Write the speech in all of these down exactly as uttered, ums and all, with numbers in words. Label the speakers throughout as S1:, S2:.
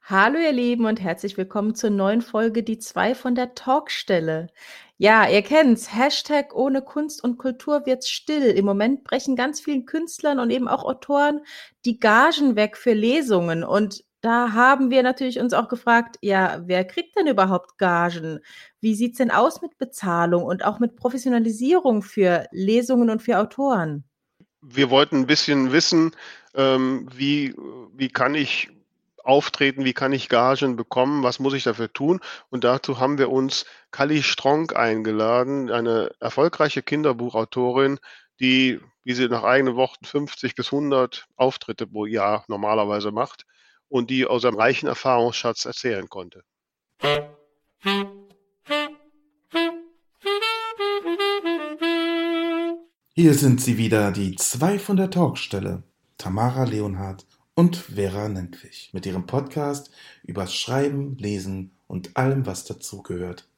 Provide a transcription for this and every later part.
S1: Hallo ihr Lieben und herzlich willkommen zur neuen Folge Die zwei von der Talkstelle. Ja, ihr kennt's, Hashtag ohne Kunst und Kultur wird's still. Im Moment brechen ganz vielen Künstlern und eben auch Autoren die Gagen weg für Lesungen. Und da haben wir natürlich uns auch gefragt, ja, wer kriegt denn überhaupt Gagen? Wie sieht's denn aus mit Bezahlung und auch mit Professionalisierung für Lesungen und für Autoren?
S2: Wir wollten ein bisschen wissen, ähm, wie wie kann ich auftreten, wie kann ich Gagen bekommen, was muss ich dafür tun? Und dazu haben wir uns Kalli Stronk eingeladen, eine erfolgreiche Kinderbuchautorin, die, wie sie nach eigenen Worten, fünfzig bis hundert Auftritte pro Jahr normalerweise macht und die aus einem reichen Erfahrungsschatz erzählen konnte.
S3: Hier sind sie wieder, die zwei von der Talkstelle, Tamara Leonhardt und Vera Nentwich, mit ihrem Podcast übers Schreiben, Lesen und allem, was dazugehört.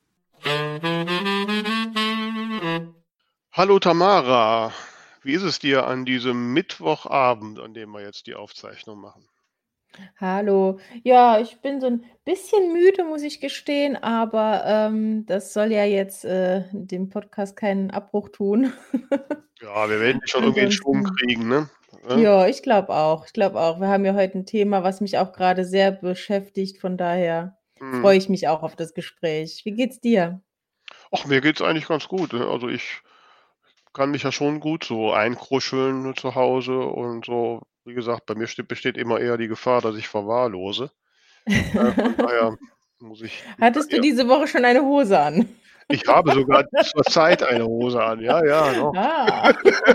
S2: Hallo Tamara, wie ist es dir an diesem Mittwochabend, an dem wir jetzt die Aufzeichnung machen?
S1: Hallo. Ja, ich bin so ein bisschen müde, muss ich gestehen, aber, ähm, das soll ja jetzt, äh, dem Podcast keinen Abbruch tun.
S2: Ja, wir werden dich schon irgendwie in Schwung
S1: Ansonsten
S2: kriegen, ne? Ja,
S1: ja, ich glaube auch. Ich glaube auch. Wir haben ja heute ein Thema, was mich auch gerade sehr beschäftigt, von daher
S2: mhm.
S1: freue ich mich auch auf das Gespräch. Wie geht's dir?
S2: Ach, mir geht's eigentlich ganz gut, ne? Also, ich kann mich ja schon gut so einkruscheln zu Hause und so. Wie gesagt, bei mir ste besteht immer eher die Gefahr, dass ich verwahrlose. Äh, von daher muss ich mich da
S1: Hattest du
S2: eher
S1: diese Woche schon eine Hose an?
S2: ich habe sogar zurzeit eine Hose an. Ja, ja, doch.
S1: Ah.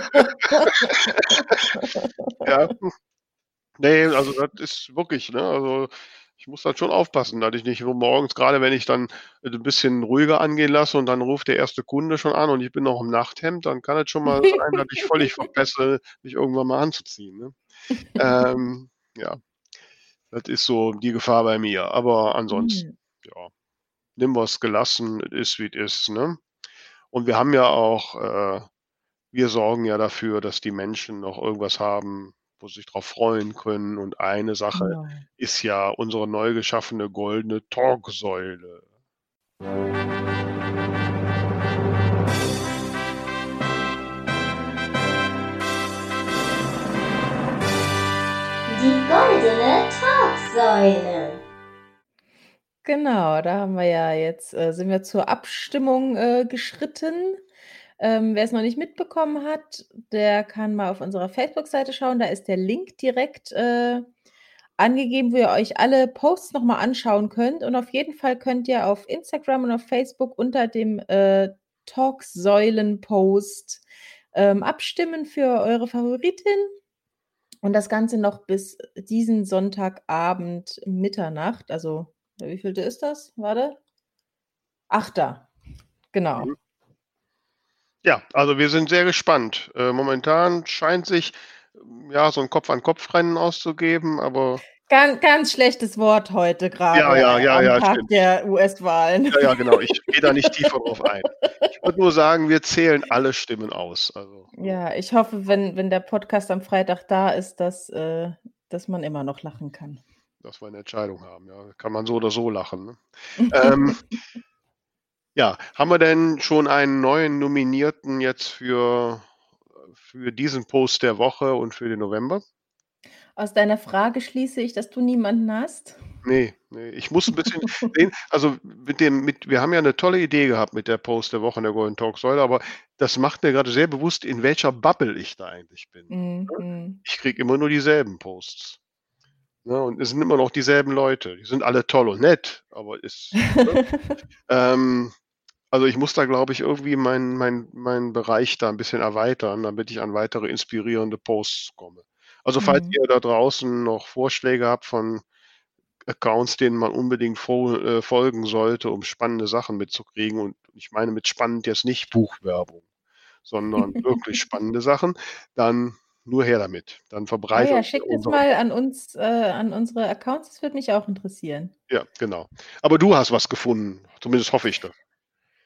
S2: Ja. Ne, also das ist wirklich, ne, also, ich muss dann schon aufpassen, dass ich nicht so morgens, grade wenn ich dann äh, 'n bisschen ruhiger angehen lasse und dann ruft der erste Kunde schon an und ich bin noch im Nachthemd, dann kann es schon mal sein, dass ich völlig vergesse, mich irgendwann mal anzuziehen, ne? Ähm, ja, das ist so die Gefahr bei mir. Aber ansonsten,
S1: Mhm.
S2: ja, nehmen wir's gelassen, es ist, wie es ist, ne? Und wir haben ja auch äh, wir sorgen ja dafür, dass die Menschen noch irgendwas haben, wo sie sich drauf freuen können. Und eine Sache
S1: Genau.
S2: ist ja unsere neu geschaffene goldene Talksäule.
S4: Die goldene Talksäule.
S1: Genau, da haben wir ja jetzt äh, sind wir zur Abstimmung, äh, geschritten. Ähm, wer es noch nicht mitbekommen hat, der kann mal auf unserer Facebook-Seite schauen. Da ist der Link direkt, äh, angegeben, wo ihr euch alle Posts noch mal anschauen könnt. Und auf jeden Fall könnt ihr auf Instagram und auf Facebook unter dem, äh, Talksäulen-Post, ähm, abstimmen für eure Favoritin. Und das Ganze noch bis diesen Sonntagabend Mitternacht. Also, der wievielte ist das? Warte. Achter Genau.
S2: Mhm. Ja, also wir sind sehr gespannt. Äh, momentan scheint sich, ähm, ja, so 'n Kopf-an-Kopf-Rennen auszugeben, aber
S1: Gan ganz schlechtes Wort heute
S2: ja,
S1: grade,
S2: ja,
S1: äh,
S2: ja,
S1: am
S2: ja,
S1: Tag
S2: stimmt.
S1: der U S-Wahlen.
S2: Ja, ja, genau. Ich gehe da nicht tiefer drauf ein. Ich würde nur sagen, wir zählen alle Stimmen aus. Also, ne,
S1: Ja, ich hoffe, wenn wenn der Podcast am Freitag da ist, dass äh, dass man immer noch lachen kann.
S2: dass wir 'ne Entscheidung haben, ja. Kann man so oder so lachen, ne? Ähm Ja, haben wir denn schon einen neuen Nominierten jetzt für für diesen Post der Woche und für den November?
S1: Aus deiner Frage schließe ich, dass du niemanden hast?
S2: Ne, ne, ich muss 'n bisschen sehen, also, mit dem mit wir haben ja 'ne tolle Idee gehabt mit der Post der Woche in der Golden Talksäule, aber das macht mir grade sehr bewusst, in welcher Bubble ich da eigentlich bin,
S1: Mhm,
S2: ne?
S1: mhm.
S2: Ich kriege immer nur dieselben Posts, ne, und es sind immer noch dieselben Leute. Die sind alle toll und nett, aber es ne? Ähm Also, ich muss da, glaube ich, irgendwie meinen meinen meinen Bereich da 'n bisschen erweitern, damit ich an weitere inspirierende Posts komme. Also, falls
S1: Mhm.
S2: ihr da draußen noch Vorschläge habt von Accounts, denen man unbedingt fol äh, folgen sollte, um spannende Sachen mitzukriegen, und ich meine mit spannend jetzt nicht Buchwerbung, sondern wirklich spannende Sachen, dann nur her damit. Dann
S1: Ah
S2: verbreitet
S1: ja, schick das
S2: unsere
S1: mal an uns äh, an unsere Accounts, das würde mich auch interessieren.
S2: ja, genau. Aber du hast was gefunden, zumindest hoffe ich das.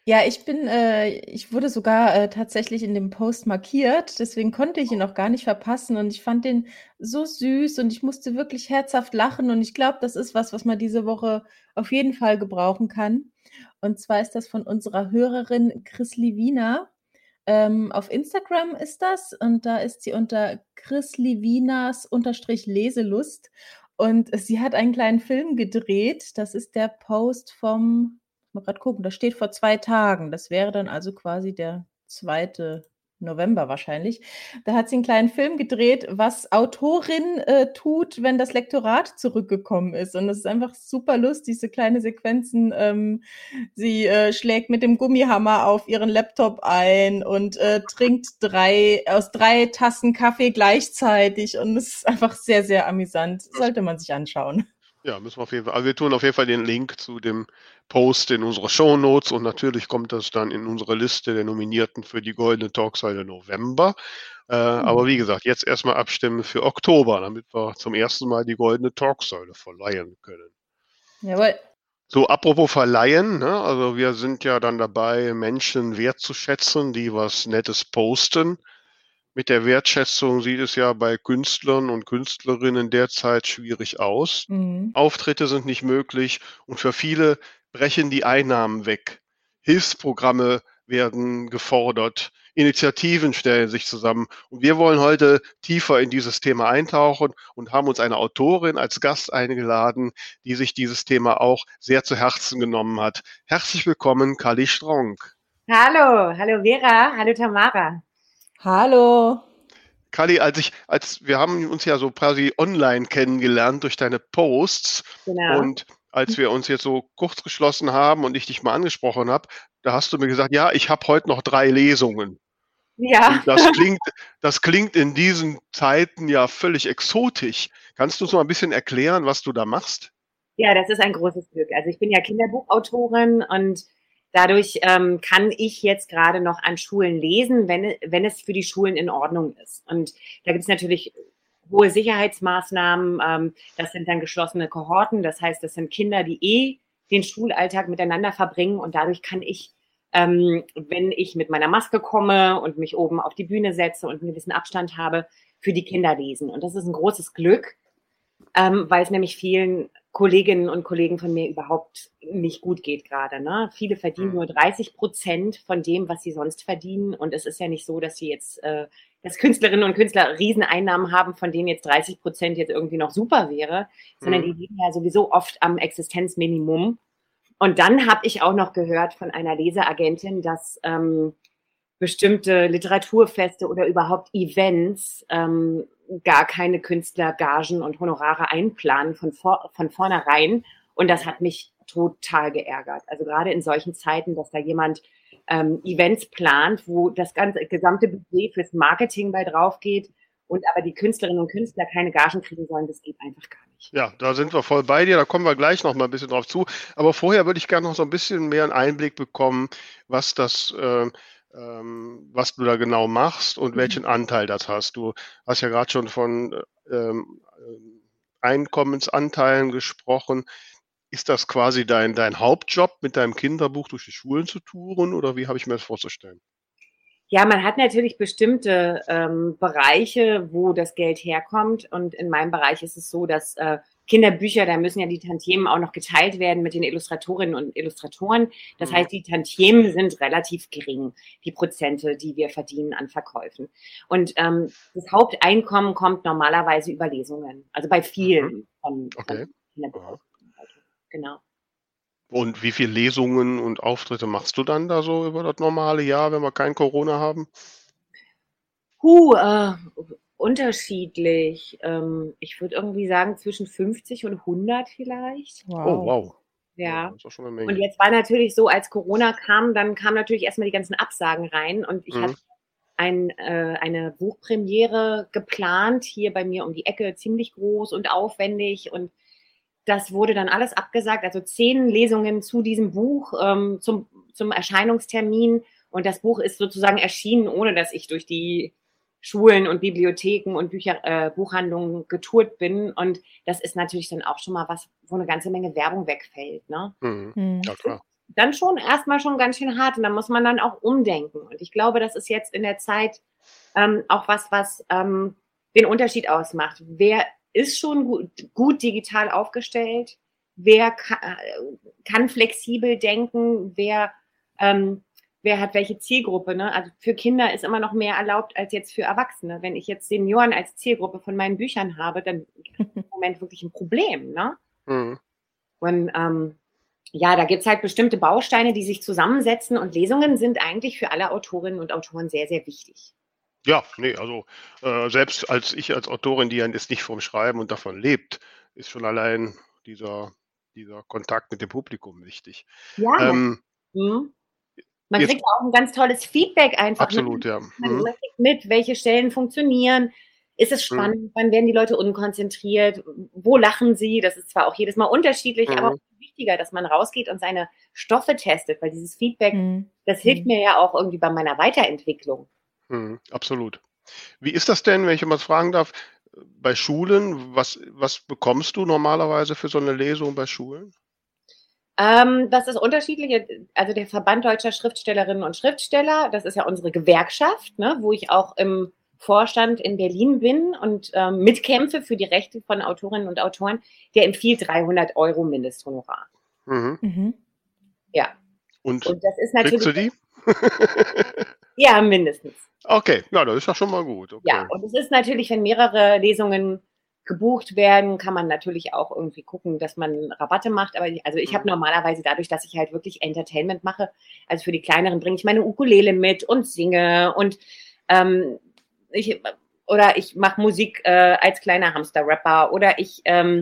S1: Ja, ich bin, äh, ich wurde sogar äh, tatsächlich in dem Post markiert, deswegen konnte ich ihn auch gar nicht verpassen und ich fand den so süß und ich musste wirklich herzhaft lachen und ich glaube, das ist was, was man diese Woche auf jeden Fall gebrauchen kann. Und zwar ist das von unserer Hörerin Chris Livina. Ähm, auf Instagram ist das und da ist sie unter Chris Livinas unterstrich Leselust und sie hat einen kleinen Film gedreht. Das ist der Post vom mal grad gucken, das steht vor zwei Tagen. Das wäre dann also quasi der zweite November wahrscheinlich. Da hat sie einen kleinen Film gedreht, was Autorin, äh, tut, wenn das Lektorat zurückgekommen ist. Und das ist einfach super lustig, so kleine Sequenzen. Ähm, sie, äh, schlägt mit dem Gummihammer auf ihren Laptop ein und, äh, trinkt drei aus drei Tassen Kaffee gleichzeitig und es ist einfach sehr, sehr amüsant. Sollte man sich anschauen.
S2: Ja, müssen wir auf jeden Fall. Also wir tun auf jeden Fall den Link zu dem Post in unsere Shownotes und natürlich kommt das dann in unsere Liste der Nominierten für die Goldene Talksäule November. Äh, aber wie gesagt, jetzt erstmal abstimmen für Oktober, damit wir zum ersten Mal die Goldene Talksäule verleihen können.
S1: Jawohl.
S2: So, apropos verleihen, ne? Also wir sind ja dann dabei, Menschen wertzuschätzen, die was Nettes posten. Mit der Wertschätzung sieht es ja bei Künstlern und Künstlerinnen derzeit schwierig aus.
S1: Mhm.
S2: Auftritte sind nicht möglich und für viele brechen die Einnahmen weg. Hilfsprogramme werden gefordert, Initiativen stellen sich zusammen. Und wir wollen heute tiefer in dieses Thema eintauchen und haben uns eine Autorin als Gast eingeladen, die sich dieses Thema auch sehr zu Herzen genommen hat. Herzlich willkommen, Kali Stronk.
S5: Hallo, hallo Vera, hallo Tamara.
S1: Hallo.
S2: Kali, als ich, als wir haben uns ja so quasi online kennengelernt durch deine Posts
S5: Genau.
S2: und als wir uns jetzt so kurz geschlossen haben und ich dich mal angesprochen habe, da hast du mir gesagt, ja, ich habe heute noch drei Lesungen.
S5: Ja.
S2: Und das klingt, das klingt in diesen Zeiten ja völlig exotisch. Kannst du uns mal ein bisschen erklären, was du da machst?
S5: Ja, das ist ein großes Glück. Also ich bin ja Kinderbuchautorin und dadurch ähm, kann ich jetzt gerade noch an Schulen lesen, wenn, wenn es für die Schulen in Ordnung ist. Und da gibt es natürlich hohe Sicherheitsmaßnahmen. Ähm, das sind dann geschlossene Kohorten. Das heißt, das sind Kinder, die eh den Schulalltag miteinander verbringen. Und dadurch kann ich, ähm, wenn ich mit meiner Maske komme und mich oben auf die Bühne setze und einen gewissen Abstand habe, für die Kinder lesen. Und das ist ein großes Glück, ähm, weil es nämlich vielen Kolleginnen und Kollegen von mir überhaupt nicht gut geht gerade. Ne? Viele verdienen nur dreißig Prozent von dem, was sie sonst verdienen. Und es ist ja nicht so, dass sie jetzt, äh, dass Künstlerinnen und Künstler Rieseneinnahmen haben, von denen jetzt dreißig Prozent jetzt irgendwie noch super wäre, sondern die liegen ja sowieso oft am Existenzminimum. Und dann habe ich auch noch gehört von einer Leseagentin, dass ähm, bestimmte Literaturfeste oder überhaupt Events ähm, gar keine Künstlergagen und Honorare einplanen von, vor, von vornherein. Und das hat mich total geärgert. Also gerade in solchen Zeiten, dass da jemand ähm, Events plant, wo das ganze gesamte Budget fürs Marketing bei drauf geht und aber die Künstlerinnen und Künstler keine Gagen kriegen sollen, das geht einfach gar nicht.
S2: Ja, da sind wir voll bei dir, da kommen wir gleich noch mal ein bisschen drauf zu. Aber vorher würde ich gerne noch so ein bisschen mehr einen Einblick bekommen, was das äh, ähm, was du da genau machst und welchen Anteil das hast. Du hast ja gerade schon von ähm, Einkommensanteilen gesprochen. Ist das quasi dein, dein Hauptjob, mit deinem Kinderbuch durch die Schulen zu touren oder wie habe ich mir das vorzustellen?
S5: Ja, man hat natürlich bestimmte ähm, Bereiche, wo das Geld herkommt. Und in meinem Bereich ist es so, dass äh, Kinderbücher, da müssen ja die Tantiemen auch noch geteilt werden mit den Illustratorinnen und Illustratoren. Das
S2: Mhm.
S5: heißt, die Tantiemen sind relativ gering, die Prozente, die wir verdienen an Verkäufen. Und ähm, das Haupteinkommen kommt normalerweise über Lesungen. Also bei vielen von,
S2: Okay.
S5: von Kinderbuchautoren. Genau.
S2: Und wie viele Lesungen und Auftritte machst du dann da so über das normale Jahr, wenn wir kein Corona haben?
S5: Huh, äh, unterschiedlich. Ähm, ich würde irgendwie sagen zwischen fünfzig und hundert vielleicht.
S2: Oh, wow.
S5: Ja.
S2: Das ist doch schon eine Menge.
S5: Und jetzt war natürlich so, als Corona kam, dann kamen natürlich erstmal die ganzen Absagen rein und ich
S2: Mhm.
S5: hatte ein, äh, eine Buchpremiere geplant, hier bei mir um die Ecke, ziemlich groß und aufwendig und das wurde dann alles abgesagt, also zehn Lesungen zu diesem Buch ähm, zum, zum Erscheinungstermin und das Buch ist sozusagen erschienen, ohne dass ich durch die Schulen und Bibliotheken und Bücher, äh, Buchhandlungen getourt bin und das ist natürlich dann auch schon mal was, wo eine ganze Menge Werbung wegfällt. Ne?
S2: Mhm.
S1: Mhm.
S2: Ja, klar.
S5: dann schon erstmal schon ganz schön hart und da muss man dann auch umdenken. Und ich glaube, das ist jetzt in der Zeit ähm, auch was, was ähm, den Unterschied ausmacht. Wer ist schon gut, gut digital aufgestellt? Wer kann, kann flexibel denken? Wer, ähm, wer hat welche Zielgruppe? Ne? Also für Kinder ist immer noch mehr erlaubt als jetzt für Erwachsene. Wenn ich jetzt Senioren als Zielgruppe von meinen Büchern habe, dann ist das im Moment wirklich ein Problem. Ne?
S2: Mhm.
S5: Und ähm, ja, da gibt es halt bestimmte Bausteine, die sich zusammensetzen und Lesungen sind eigentlich für alle Autorinnen und Autoren sehr, sehr wichtig.
S2: Ja, nee, also äh, selbst als ich als Autorin, die ja jetzt nicht vom Schreiben und davon lebt, ist schon allein dieser, dieser Kontakt mit dem Publikum wichtig.
S5: Ja,
S2: Ähm,
S5: mhm. Man
S2: jetzt
S5: kriegt auch ein ganz tolles Feedback einfach.
S2: absolut,
S5: ne?
S2: ja.
S5: Man,
S2: Mhm.
S5: man kriegt mit, welche Stellen funktionieren. Ist es
S2: Mhm.
S5: spannend? Wann werden die Leute unkonzentriert? Wo lachen sie? Das ist zwar auch jedes Mal unterschiedlich, aber
S2: Mhm.
S5: wichtiger, dass man rausgeht und seine Stoffe testet, weil dieses Feedback,
S1: Mhm.
S5: das hilft
S1: Mhm.
S5: mir ja auch irgendwie bei meiner Weiterentwicklung.
S2: Mhm. Absolut. Wie ist das denn, wenn ich mal fragen darf, bei Schulen, was, was bekommst du normalerweise für so eine Lesung bei Schulen?
S5: Ähm, das ist unterschiedlich. Also der Verband Deutscher Schriftstellerinnen und Schriftsteller, das ist ja unsere Gewerkschaft, ne, wo ich auch im Vorstand in Berlin bin und ähm, mitkämpfe für die Rechte von Autorinnen und Autoren, der empfiehlt dreihundert Euro Mindesthonorar.
S2: Mhm.
S1: Mhm.
S5: Ja,
S2: Und
S5: und das ist
S2: kriegst du
S5: natürlich,
S2: die?
S5: ja, mindestens.
S2: Okay, ja, das ist ja schon mal gut.
S5: Ja,
S2: Okay.
S5: und es ist natürlich, wenn mehrere Lesungen gebucht werden, kann man natürlich auch irgendwie gucken, dass man Rabatte macht. Aber ich, also ich habe
S2: Mhm.
S5: normalerweise dadurch, dass ich halt wirklich Entertainment mache, also für die Kleineren bringe ich meine Ukulele mit und singe und ähm, ich oder ich mache Musik äh, als kleiner Hamster-Rapper oder ich ähm,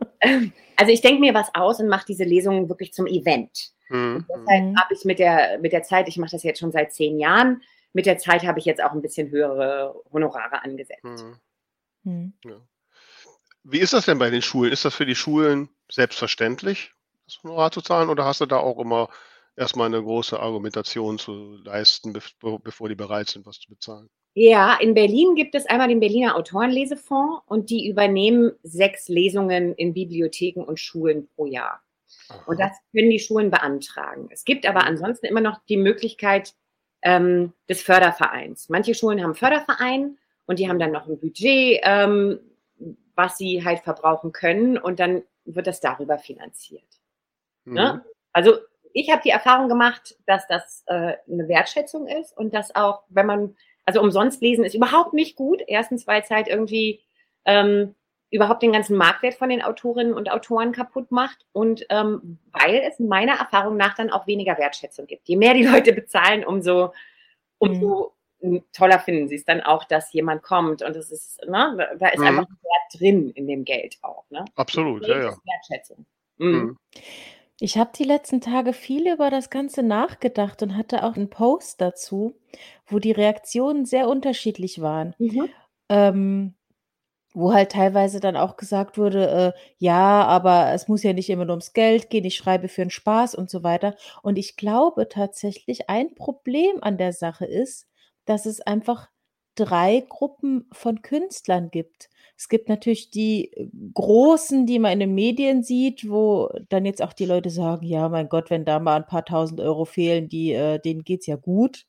S5: also ich denke mir was aus und mache diese Lesungen wirklich zum Event.
S2: Mhm.
S5: Und deshalb
S1: Mhm.
S5: habe ich mit der, mit der Zeit, ich mache das jetzt schon seit zehn Jahren, mit der Zeit habe ich jetzt auch ein bisschen höhere Honorare angesetzt.
S2: Mhm.
S1: Mhm.
S2: Ja. Wie ist das denn bei den Schulen? Ist das für die Schulen selbstverständlich, das Honorar zu zahlen, oder hast du da auch immer erstmal eine große Argumentation zu leisten, bev- bevor die bereit sind, was zu bezahlen?
S5: Ja, in Berlin gibt es einmal den Berliner Autorenlesefonds und die übernehmen sechs Lesungen in Bibliotheken und Schulen pro Jahr. Und
S2: Aha.
S5: das können die Schulen beantragen. Es gibt aber
S2: Mhm.
S5: ansonsten immer noch die Möglichkeit ähm, des Fördervereins. Manche Schulen haben einen Förderverein und die haben dann noch ein Budget, ähm, was sie halt verbrauchen können und dann wird das darüber finanziert.
S2: Mhm.
S5: Ne? Also ich habe die Erfahrung gemacht, dass das äh, eine Wertschätzung ist und dass auch, wenn man, also umsonst lesen ist überhaupt nicht gut. Erstens, weil es halt irgendwie ähm, überhaupt den ganzen Marktwert von den Autorinnen und Autoren kaputt macht und ähm, weil es meiner Erfahrung nach dann auch weniger Wertschätzung gibt. Je mehr die Leute bezahlen, umso,
S1: Mhm.
S5: umso toller finden sie es dann auch, dass jemand kommt und es ist, ne, da ist
S2: Mhm.
S5: einfach ein Wert drin in dem Geld auch. Ne?
S2: Absolut,
S5: Geld
S2: ja, ja.
S5: ist Wertschätzung. Mhm.
S2: Mhm.
S1: Ich habe die letzten Tage viel über das Ganze nachgedacht und hatte auch einen Post dazu, wo die Reaktionen sehr unterschiedlich waren.
S5: Mhm.
S1: Ähm, wo halt teilweise dann auch gesagt wurde, äh, ja, aber es muss ja nicht immer nur ums Geld gehen, ich schreibe für 'n Spaß und so weiter. Und ich glaube tatsächlich, ein Problem an der Sache ist, dass es einfach drei Gruppen von Künstlern gibt. Es gibt natürlich die, äh, Großen, die man in den Medien sieht, wo dann jetzt auch die Leute sagen: „Ja, mein Gott, wenn da mal 'n paar Tausend Euro fehlen, die äh, denen geht's ja gut.“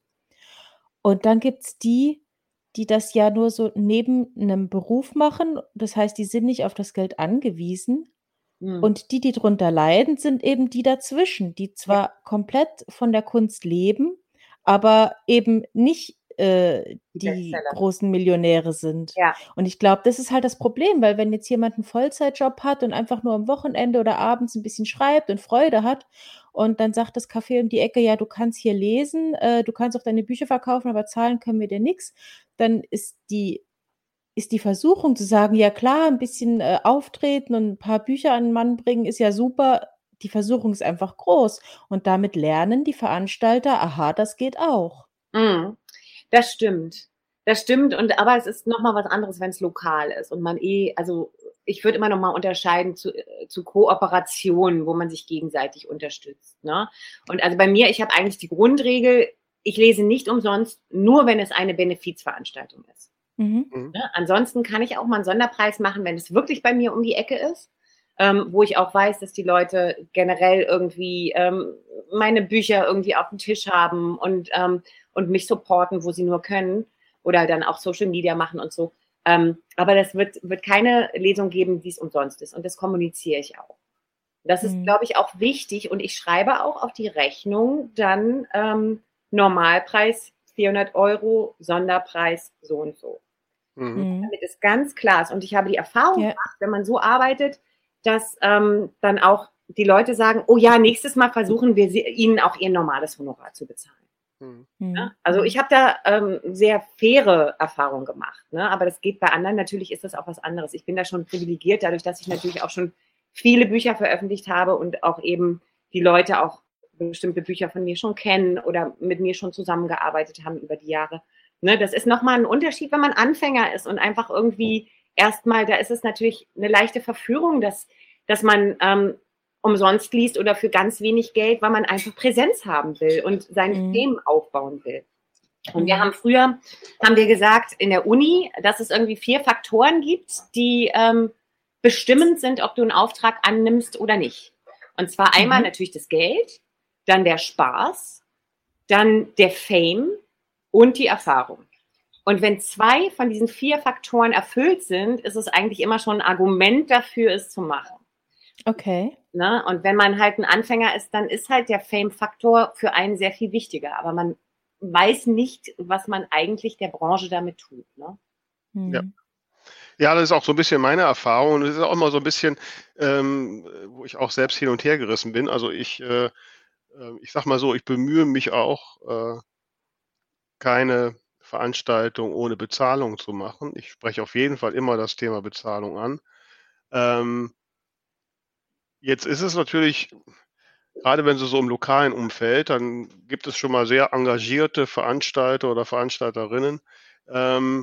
S1: Und dann gibt's die, die das ja nur so neben 'nem Beruf machen. Das heißt, die sind nicht auf das Geld angewiesen.
S5: Mhm.
S1: Und die, die drunter leiden, sind eben die dazwischen, die
S5: Ja.
S1: zwar komplett von der Kunst leben, aber eben nicht, äh,
S5: Die
S1: die
S5: Bestseller.
S1: großen Millionäre sind.
S5: Ja.
S1: Und ich glaube, das ist halt das Problem, weil wenn jetzt jemand 'n Vollzeitjob hat und einfach nur am Wochenende oder abends 'n bisschen schreibt und Freude hat und dann sagt das Café um die Ecke: „Ja, du kannst hier lesen, äh, du kannst auch deine Bücher verkaufen, aber zahlen können wir dir nix“, dann ist die ist die Versuchung zu sagen: „Ja klar, 'n bisschen, äh, auftreten und 'n paar Bücher an 'n Mann bringen ist ja super.“ Die Versuchung ist einfach groß und damit lernen die Veranstalter: „Aha, das geht auch.“
S5: Mhm. Das stimmt. Das stimmt und aber es ist noch mal was anderes, wenn's lokal ist und man eh also, ich würde immer noch mal unterscheiden zu äh, zu Kooperationen, wo man sich gegenseitig unterstützt, ne? Und also bei mir, ich habe eigentlich die Grundregel, ich lese nicht umsonst, nur wenn es eine Benefizveranstaltung ist.
S1: Mhm.
S2: Mhm.
S5: Ne? Ansonsten kann ich auch mal 'n Sonderpreis machen, wenn es wirklich bei mir um die Ecke ist. ähm, wo ich auch weiß, dass die Leute generell irgendwie ähm, meine Bücher irgendwie auf dem Tisch haben und, ähm, und mich supporten, wo sie nur können oder dann auch Social Media machen und so. Ähm, aber das wird, wird keine Lesung geben, die es umsonst ist und das kommuniziere ich auch. Das ist,
S1: Mhm.
S5: glaube ich, auch wichtig und ich schreibe auch auf die Rechnung dann ähm, Normalpreis vierhundert Euro, Sonderpreis so und so.
S2: Mhm.
S1: Mhm.
S5: Damit es ganz klar ist. Und ich habe die Erfahrung
S1: Ja.
S5: gemacht, wenn man so arbeitet, dass ähm, dann auch die Leute sagen, oh ja, nächstes Mal versuchen wir sie, ihnen auch ihr normales Honorar zu bezahlen.
S2: Mhm.
S5: Ne? Also ich habe da ähm, sehr faire Erfahrungen gemacht, ne? Aber das geht bei anderen, natürlich ist das auch was anderes. Ich bin da schon privilegiert, dadurch, dass ich natürlich auch schon viele Bücher veröffentlicht habe und auch eben die Leute auch bestimmte Bücher von mir schon kennen oder mit mir schon zusammengearbeitet haben über die Jahre. Ne? Das ist nochmal ein Unterschied, wenn man Anfänger ist und einfach irgendwie erstmal, da ist es natürlich eine leichte Verführung, dass, dass man ähm, umsonst liest oder für ganz wenig Geld, weil man einfach Präsenz haben will und seine
S1: Mhm.
S5: Themen aufbauen will. Und wir
S1: Mhm.
S5: haben früher, haben wir gesagt in der Uni, dass es irgendwie vier Faktoren gibt, die ähm, bestimmend sind, ob du einen Auftrag annimmst oder nicht. Und zwar einmal
S1: Mhm.
S5: natürlich das Geld, dann der Spaß, dann der Fame und die Erfahrung. Und wenn zwei von diesen vier Faktoren erfüllt sind, ist es eigentlich immer schon ein Argument dafür, es zu machen.
S1: Okay.
S5: Ne? Und wenn man halt ein Anfänger ist, dann ist halt der Fame-Faktor für einen sehr viel wichtiger. Aber man weiß nicht, was man eigentlich der Branche damit tut. Ne?
S1: Mhm.
S2: Ja. Ja, das ist auch so ein bisschen meine Erfahrung und das ist auch immer so ein bisschen, ähm, wo ich auch selbst hin und her gerissen bin. Also, ich, äh, äh, ich sage mal so, ich bemühe mich auch, äh, keine Veranstaltung ohne Bezahlung zu machen. Ich spreche auf jeden Fall immer das Thema Bezahlung an. Ähm, jetzt ist es natürlich gerade wenn sie so im lokalen Umfeld, dann gibt es schon mal sehr engagierte Veranstalter oder Veranstalterinnen, ähm,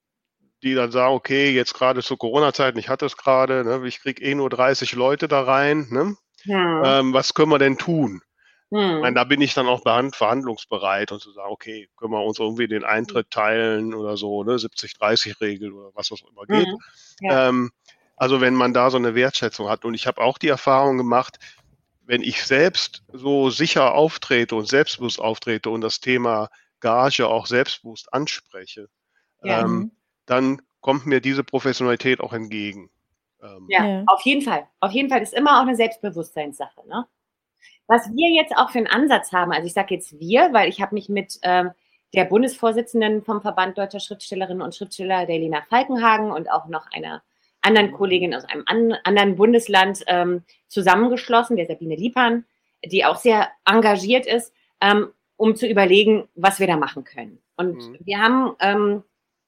S2: die dann sagen: „Okay, jetzt gerade zu Corona-Zeiten, ich hatte es gerade, ne, ich kriege eh nur dreißig Leute da rein, ne?
S5: Hm.
S2: Ähm, was können wir denn tun?“ Ich meine,
S5: Hm.
S2: da bin ich dann auch behand verhandlungsbereit und zu sagen: „Okay, können wir uns irgendwie den Eintritt teilen oder so, ne, siebzig dreißig Regel oder was auch immer geht.“
S5: Hm. Ja.
S2: Ähm, also, wenn man da so eine Wertschätzung hat und ich habe auch die Erfahrung gemacht, wenn ich selbst so sicher auftrete und selbstbewusst auftrete und das Thema Gage auch selbstbewusst anspreche,
S5: Ja.
S2: ähm,
S1: Mhm.
S2: dann kommt mir diese Professionalität auch entgegen. Ähm,
S5: Ja,
S1: Ja.
S5: auf jeden Fall. Auf jeden Fall ist immer auch eine Selbstbewusstseinssache. Ne? Was wir jetzt auch für einen Ansatz haben, also ich sage jetzt wir, weil ich habe mich mit ähm, der Bundesvorsitzenden vom Verband Deutscher Schriftstellerinnen und Schriftsteller, der Lena Falkenhagen und auch noch einer anderen Kollegin aus einem an, anderen Bundesland ähm, zusammengeschlossen, der Sabine Liepern, die auch sehr engagiert ist, ähm, um zu überlegen, was wir da machen können. Und
S2: Mhm.
S5: wir haben, ähm,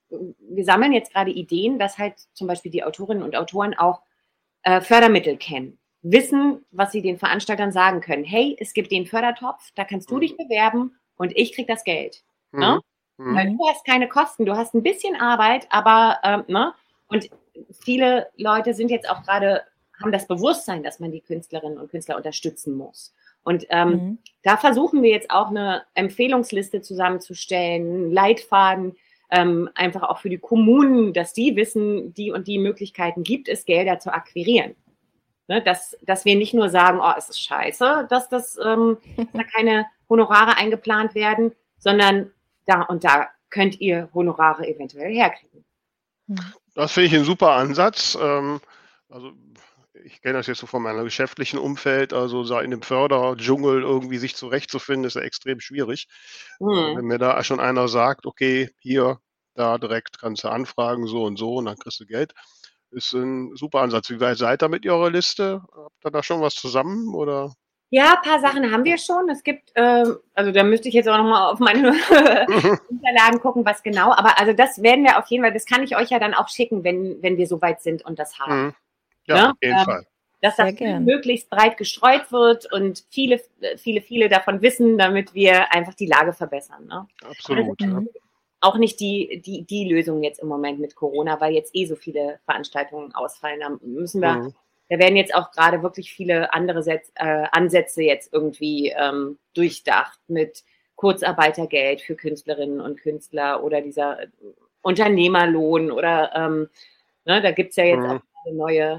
S5: wir sammeln jetzt gerade Ideen, dass halt zum Beispiel die Autorinnen und Autoren auch äh, Fördermittel kennen, wissen, was sie den Veranstaltern sagen können. Hey, es gibt den Fördertopf, da kannst du
S2: Mhm.
S5: dich bewerben und ich krieg das Geld. Ne?
S2: Mhm. Mhm.
S5: Weil
S1: Mhm.
S5: du hast keine Kosten, du hast ein bisschen Arbeit, aber ähm, ne? Und viele Leute sind jetzt auch gerade, haben das Bewusstsein, dass man die Künstlerinnen und Künstler unterstützen muss. Und ähm,
S1: Mhm.
S5: da versuchen wir jetzt auch eine Empfehlungsliste zusammenzustellen, einen Leitfaden, ähm, einfach auch für die Kommunen, dass die wissen, die und die Möglichkeiten gibt es, Gelder zu akquirieren. Ne, dass, dass wir nicht nur sagen, oh, es ist scheiße, dass das ähm, da keine Honorare eingeplant werden, sondern da und da könnt ihr Honorare eventuell herkriegen.
S1: Mhm.
S2: Das finde ich ein super Ansatz. Ähm, also, ich kenne das jetzt so von meinem geschäftlichen Umfeld, also so in dem Förderdschungel irgendwie sich zurechtzufinden, ist ja extrem schwierig. Äh, wenn
S5: Hm.
S2: mir da schon einer sagt: „Okay, hier, da direkt kannst du anfragen, so und so und dann kriegst du Geld“, ist ein super Ansatz. Wie weit seid ihr mit eurer Liste? Habt ihr da schon was zusammen oder?
S5: Ja, ein paar Sachen haben wir schon. Es gibt, ähm, also da müsste ich jetzt auch nochmal auf meine Unterlagen gucken, was genau. Aber also das werden wir auf jeden Fall, das kann ich euch ja dann auch schicken, wenn, wenn wir soweit sind und das haben.
S2: Mhm. Ja,
S5: Ne?
S2: auf jeden
S5: Ähm,
S2: Fall.
S5: dass das
S1: Sehr gern.
S5: möglichst breit gestreut wird und viele, viele, viele davon wissen, damit wir einfach die Lage verbessern. Ne?
S2: Absolut, ja.
S1: Mhm.
S5: Auch nicht die, die, die Lösung jetzt im Moment mit Corona, weil jetzt eh so viele Veranstaltungen ausfallen. Da müssen wir,
S2: Mhm.
S5: da werden jetzt auch gerade wirklich viele andere Setz, äh, Ansätze jetzt irgendwie ähm, durchdacht mit Kurzarbeitergeld für Künstlerinnen und Künstler oder dieser Unternehmerlohn oder ähm, ne, da gibt es ja jetzt
S2: Mhm.
S5: auch eine neue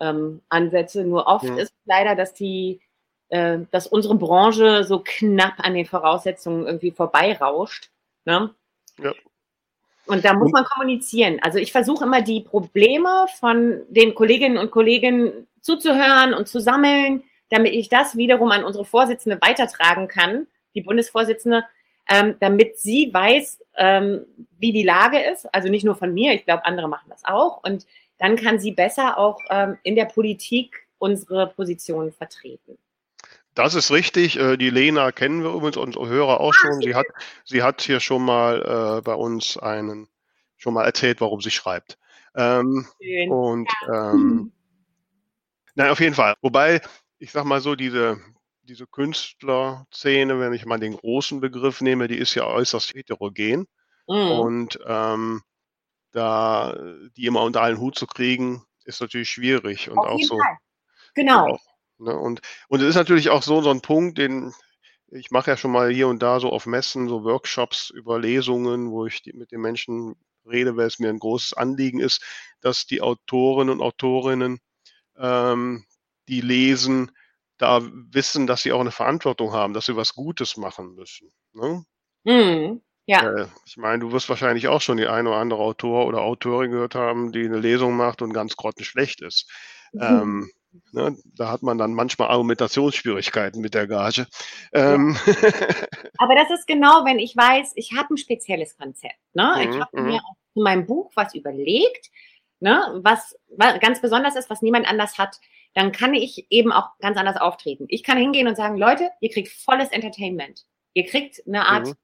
S5: ähm, Ansätze. Nur oft
S2: Mhm.
S5: ist leider, dass die, äh, dass unsere Branche so knapp an den Voraussetzungen irgendwie vorbeirauscht. Ne?
S2: Ja.
S5: Und da muss man kommunizieren. Also ich versuche immer die Probleme von den Kolleginnen und Kollegen zuzuhören und zu sammeln, damit ich das wiederum an unsere Vorsitzende weitertragen kann, die Bundesvorsitzende, ähm, damit sie weiß, ähm, wie die Lage ist. Also nicht nur von mir, ich glaube, andere machen das auch. Und dann kann sie besser auch ähm, in der Politik unsere Positionen vertreten.
S2: Das ist richtig. Äh, Die Lena kennen wir übrigens, unsere Hörer auch schon. Sie hat, sie hat hier schon mal äh, bei uns einen, schon mal erzählt, warum sie schreibt. Ähm,
S5: Schön.
S2: und ähm, nein, auf jeden Fall. Wobei, ich sag mal so, diese, diese Künstlerszene, wenn ich mal den großen Begriff nehme, die ist ja äußerst heterogen.
S5: Mhm.
S2: Und ähm, da die immer unter einen Hut zu kriegen, ist natürlich schwierig. Und
S5: Auf
S2: auch
S5: jeden
S2: so,
S5: Fall.
S2: und
S5: Genau.
S2: auch, ne, und, und es ist natürlich auch so, so ein Punkt, den ich mache ja schon mal hier und da so auf Messen, so Workshops über Lesungen, wo ich die, mit den Menschen rede, weil es mir ein großes Anliegen ist, dass die Autoren und Autorinnen, ähm, die lesen, da wissen, dass sie auch eine Verantwortung haben, dass sie was Gutes machen müssen. Ne?
S5: Mhm. Ja.
S2: Äh, ich meine, du wirst wahrscheinlich auch schon die eine oder andere Autor oder Autorin gehört haben, die eine Lesung macht und ganz grottenschlecht ist. Ähm, ne, da hat man dann manchmal Argumentationsschwierigkeiten mit der Gage. Ähm,
S5: Aber das ist genau, wenn ich weiß, ich habe ein spezielles Konzept. Ne? Ich
S2: mhm,
S5: habe mir
S2: mhm,
S5: zu meinem Buch was überlegt, ne? was, was ganz besonders ist, was niemand anders hat, dann kann ich eben auch ganz anders auftreten. Ich kann hingehen und sagen, Leute, ihr kriegt volles Entertainment. Ihr kriegt eine Art
S2: mhm,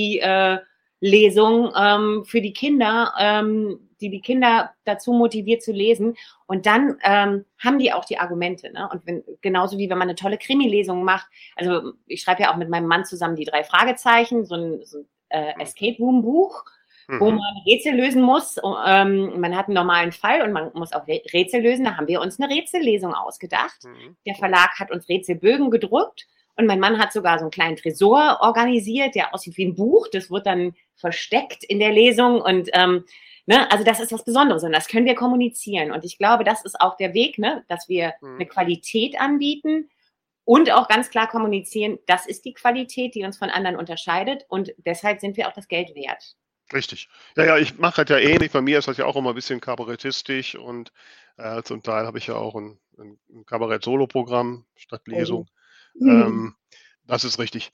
S5: Comedy-Lesung ähm, für die Kinder, ähm, die die Kinder dazu motiviert zu lesen. Und dann ähm, haben die auch die Argumente. Ne? Und wenn, genauso wie wenn man eine tolle Krimi-Lesung macht. Also ich schreibe ja auch mit meinem Mann zusammen die drei Fragezeichen, so ein, so ein äh, Escape Room-Buch, wo
S2: mhm,
S5: man Rätsel lösen muss. Ähm, man hat einen normalen Fall und man muss auch Rätsel lösen. Da haben wir uns eine Rätsellesung ausgedacht.
S2: mhm.
S5: Der Verlag hat uns Rätselbögen gedruckt. Und mein Mann hat sogar so einen kleinen Tresor organisiert, der aussieht wie ein Buch. Das wird dann versteckt in der Lesung. Und ähm, ne, also das ist was Besonderes und das können wir kommunizieren. Und ich glaube, das ist auch der Weg, ne, dass wir
S2: Mhm.
S5: eine Qualität anbieten und auch ganz klar kommunizieren, das ist die Qualität, die uns von anderen unterscheidet. Und deshalb sind wir auch das Geld wert.
S2: Richtig. Ja, ja, ich mache das ja ähnlich. Bei mir ist das ja auch immer ein bisschen kabarettistisch und äh, zum Teil habe ich ja auch ein, ein, ein Kabarett-Solo-Programm statt Lesung. Ähm, das ist richtig.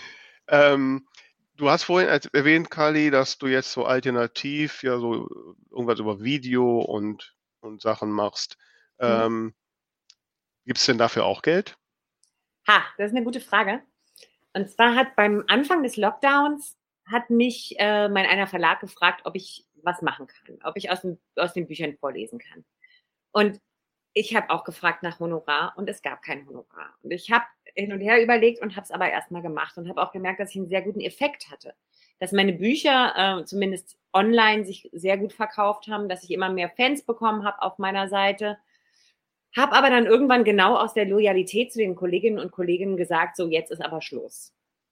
S2: Ähm, du hast vorhin als- erwähnt, Kali, dass du jetzt so alternativ ja so irgendwas über Video und, und Sachen machst. Ähm, Gibt es denn dafür auch Geld?
S5: Ha, das ist eine gute Frage. Und zwar hat beim Anfang des Lockdowns hat mich äh, mein einer Verlag gefragt, ob ich was machen kann, ob ich aus, dem, aus den Büchern vorlesen kann. Und ich habe auch gefragt nach Honorar und es gab kein Honorar. Und ich habe hin und her überlegt und habe es aber erstmal gemacht und habe auch gemerkt, dass ich einen sehr guten Effekt hatte. Dass meine Bücher äh, zumindest online sich sehr gut verkauft haben, dass ich immer mehr Fans bekommen habe auf meiner Seite. Habe aber dann irgendwann genau aus der Loyalität zu den Kolleginnen und Kollegen gesagt, so jetzt ist aber Schluss.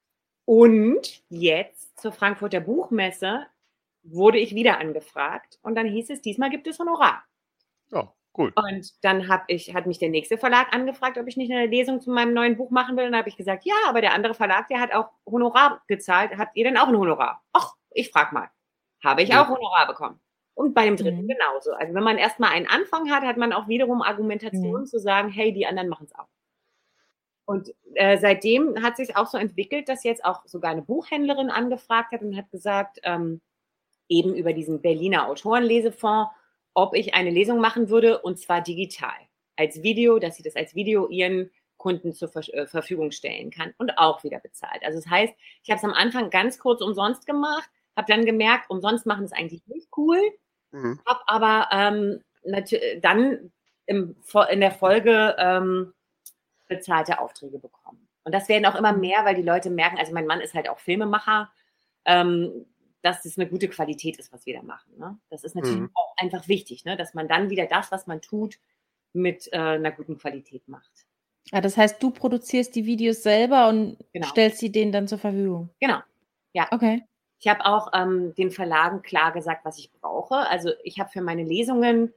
S5: Und jetzt zur Frankfurter Buchmesse wurde ich wieder angefragt und dann hieß es, diesmal gibt es Honorar.
S2: Ja, cool.
S5: Und dann hab ich, hat mich der nächste Verlag angefragt, ob ich nicht eine Lesung zu meinem neuen Buch machen will. Und dann habe ich gesagt, ja, aber der andere Verlag, der hat auch Honorar gezahlt. Habt ihr denn auch ein Honorar? Ach, ich frag mal. Habe ich
S2: Ja.
S5: auch Honorar bekommen. Und bei dem dritten
S1: Mhm.
S5: genauso. Also wenn man erstmal einen Anfang hat, hat man auch wiederum Argumentation
S1: Mhm.
S5: zu sagen, hey, die anderen machen es auch. Und äh, seitdem hat sich auch so entwickelt, dass jetzt auch sogar eine Buchhändlerin angefragt hat und hat gesagt, ähm, eben über diesen Berliner Autorenlesefonds, ob ich eine Lesung machen würde, und zwar digital, als Video, dass sie das als Video ihren Kunden zur Ver äh, Verfügung stellen kann und auch wieder bezahlt. Also das heißt, ich habe es am Anfang ganz kurz umsonst gemacht, habe dann gemerkt, umsonst machen ist eigentlich nicht cool,
S2: Mhm.
S5: habe aber ähm, dann im, in der Folge ähm, bezahlte Aufträge bekommen. Und das werden auch immer mehr, weil die Leute merken, also mein Mann ist halt auch Filmemacher, ähm, dass das eine gute Qualität ist, was wir da machen. Ne? Das ist natürlich
S2: Mhm.
S5: auch einfach wichtig, ne? Dass man dann wieder das, was man tut, mit äh, einer guten Qualität macht.
S1: Ah, das heißt, du produzierst die Videos selber und
S5: Genau.
S1: stellst sie denen dann zur Verfügung?
S5: Genau, ja.
S1: Okay.
S5: Ich habe auch ähm, den Verlagen klar gesagt, was ich brauche. Also ich habe für meine Lesungen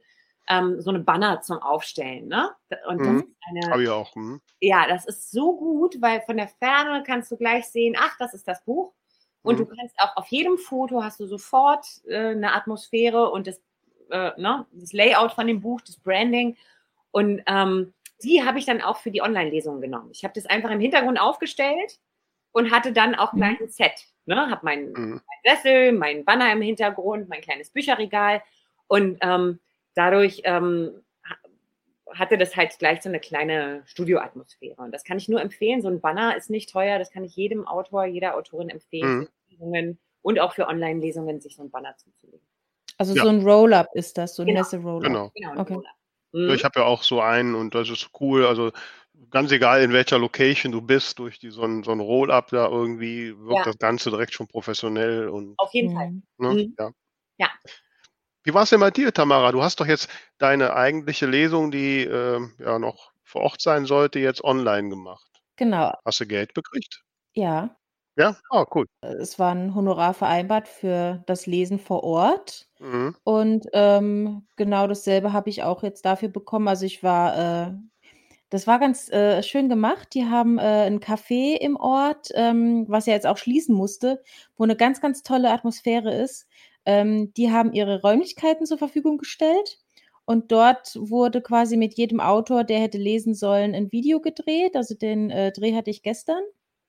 S5: ähm, so eine Banner zum Aufstellen, ne? Und das
S2: Mhm.
S5: ist eine,
S2: Habe ich auch. Mhm.
S5: ja, das ist so gut, weil von der Ferne kannst du gleich sehen, ach, das ist das Buch. Und
S2: Mhm.
S5: du kannst auch auf jedem Foto hast du sofort äh, eine Atmosphäre und das, äh, ne, das Layout von dem Buch, das Branding. Und ähm, die habe ich dann auch für die Online-Lesung genommen. Ich habe das einfach im Hintergrund aufgestellt und hatte dann auch gleich ein Set. Ne? Habe meinen
S2: Mhm.
S5: mein Sessel, meinen Banner im Hintergrund, mein kleines Bücherregal. Und ähm, dadurch ähm, hatte das halt gleich so eine kleine Studioatmosphäre. Und das kann ich nur empfehlen. So ein Banner ist nicht teuer. Das kann ich jedem Autor, jeder Autorin empfehlen,
S2: Mhm.
S5: für Lesungen und auch für Online-Lesungen, sich so ein Banner zuzulegen.
S1: Also
S2: Ja.
S1: so ein Roll-up ist das, so ein
S5: Genau.
S1: Messe-Roll-up.
S2: Genau.
S5: Genau, ein
S1: Okay.
S5: Roller.
S2: Ja,
S5: Mhm.
S2: ich habe ja auch so einen und das ist cool. Also ganz egal, in welcher Location du bist, durch die, so ein, so ein Roll-up da irgendwie wirkt
S5: Ja,
S2: das Ganze direkt schon professionell und
S5: auf jeden Fall.
S1: Mhm.
S2: ne,
S5: Mhm.
S2: ja.
S5: Ja.
S2: Wie war es denn bei dir, Tamara? Du hast doch jetzt deine eigentliche Lesung, die ähm, ja noch vor Ort sein sollte, jetzt online gemacht.
S1: Genau,
S2: Hast du Geld gekriegt?
S1: ja.
S2: Ja? Ah, cool.
S1: Es war ein Honorar vereinbart für das Lesen vor Ort
S2: Mhm.
S1: und, ähm, genau dasselbe habe ich auch jetzt dafür bekommen. Also, ich war, äh das war ganz, äh, schön gemacht. Die haben, äh, 'n Café im Ort, ähm, was ja jetzt auch schließen musste, wo eine ganz, ganz tolle Atmosphäre ist. Ähm, die haben ihre Räumlichkeiten zur Verfügung gestellt und dort wurde quasi mit jedem Autor, der hätte lesen sollen, ein Video gedreht. Also, den, äh, Dreh hatte ich gestern.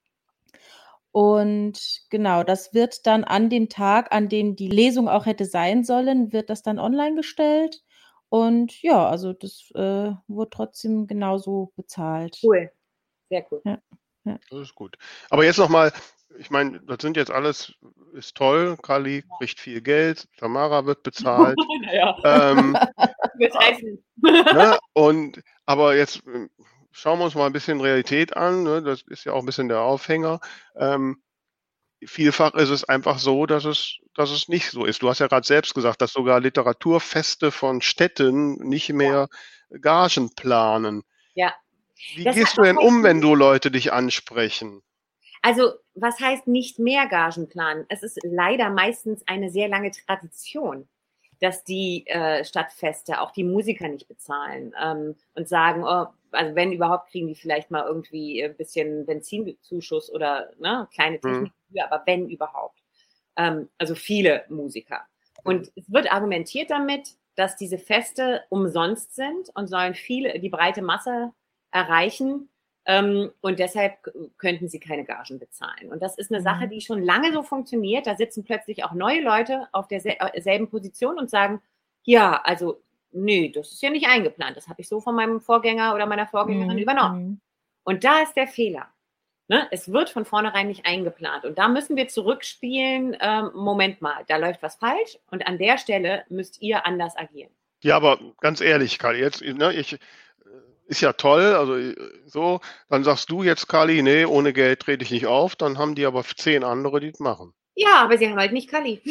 S1: Und genau, das wird dann an dem Tag, an dem die Lesung auch hätte sein sollen, wird das dann online gestellt. Und ja, also das, äh, wurde trotzdem genauso bezahlt.
S5: Cool. Sehr cool.
S1: Ja, ja.
S2: Das ist gut. Aber jetzt noch mal, ich meine, das sind jetzt alles ist toll. Kali kriegt viel Geld, Tamara wird bezahlt.
S5: Naja,
S2: Ähm,
S5: übertreiben.
S2: ne? Und aber jetzt ähm, schauen wir uns mal ein bisschen Realität an. Ne? Das ist ja auch ein bisschen der Aufhänger. Ähm, vielfach ist es einfach so, dass es, dass es nicht so ist. Du hast ja gerade selbst gesagt, dass sogar Literaturfeste von Städten nicht mehr Gagen planen.
S5: Ja.
S2: Wie
S5: Das
S2: gehst
S5: hat
S2: du denn
S5: was
S2: um,
S5: heißt
S2: wenn
S5: nicht
S2: du Leute dich ansprechen?
S5: also, was heißt nicht mehr Gagen planen? Es ist leider meistens eine sehr lange Tradition, dass die äh, Stadtfeste auch die Musiker nicht bezahlen ähm, und sagen, oh, also wenn überhaupt, kriegen die vielleicht mal irgendwie ein bisschen Benzinzuschuss oder ne, kleine
S2: Mhm.
S5: Technikgebühr, aber wenn überhaupt. Ähm, also viele Musiker. Und es wird argumentiert damit, dass diese Feste umsonst sind und sollen viele, die breite Masse erreichen. Ähm, und deshalb k- könnten sie keine Gagen bezahlen. Und das ist eine Sache,
S1: Mhm.
S5: die schon lange so funktioniert. Da sitzen plötzlich auch neue Leute auf derselben Position und sagen, ja, also, nö, das ist ja nicht eingeplant. Das habe ich so von meinem Vorgänger oder meiner Vorgängerin
S1: Mhm.
S5: übernommen.
S1: Mhm.
S5: Und da ist der Fehler. Ne? Es wird von vornherein nicht eingeplant. Und da müssen wir zurückspielen, ähm, Moment mal, da läuft was falsch und an der Stelle müsst ihr anders agieren.
S2: Ja, aber ganz ehrlich, Kali, jetzt, ne, ich, äh, ist ja toll, also äh, so, dann sagst du jetzt, Kali, nee, ohne Geld trete ich nicht auf, dann haben die aber zehn andere, die es machen.
S5: Ja, aber sie haben halt nicht Kali.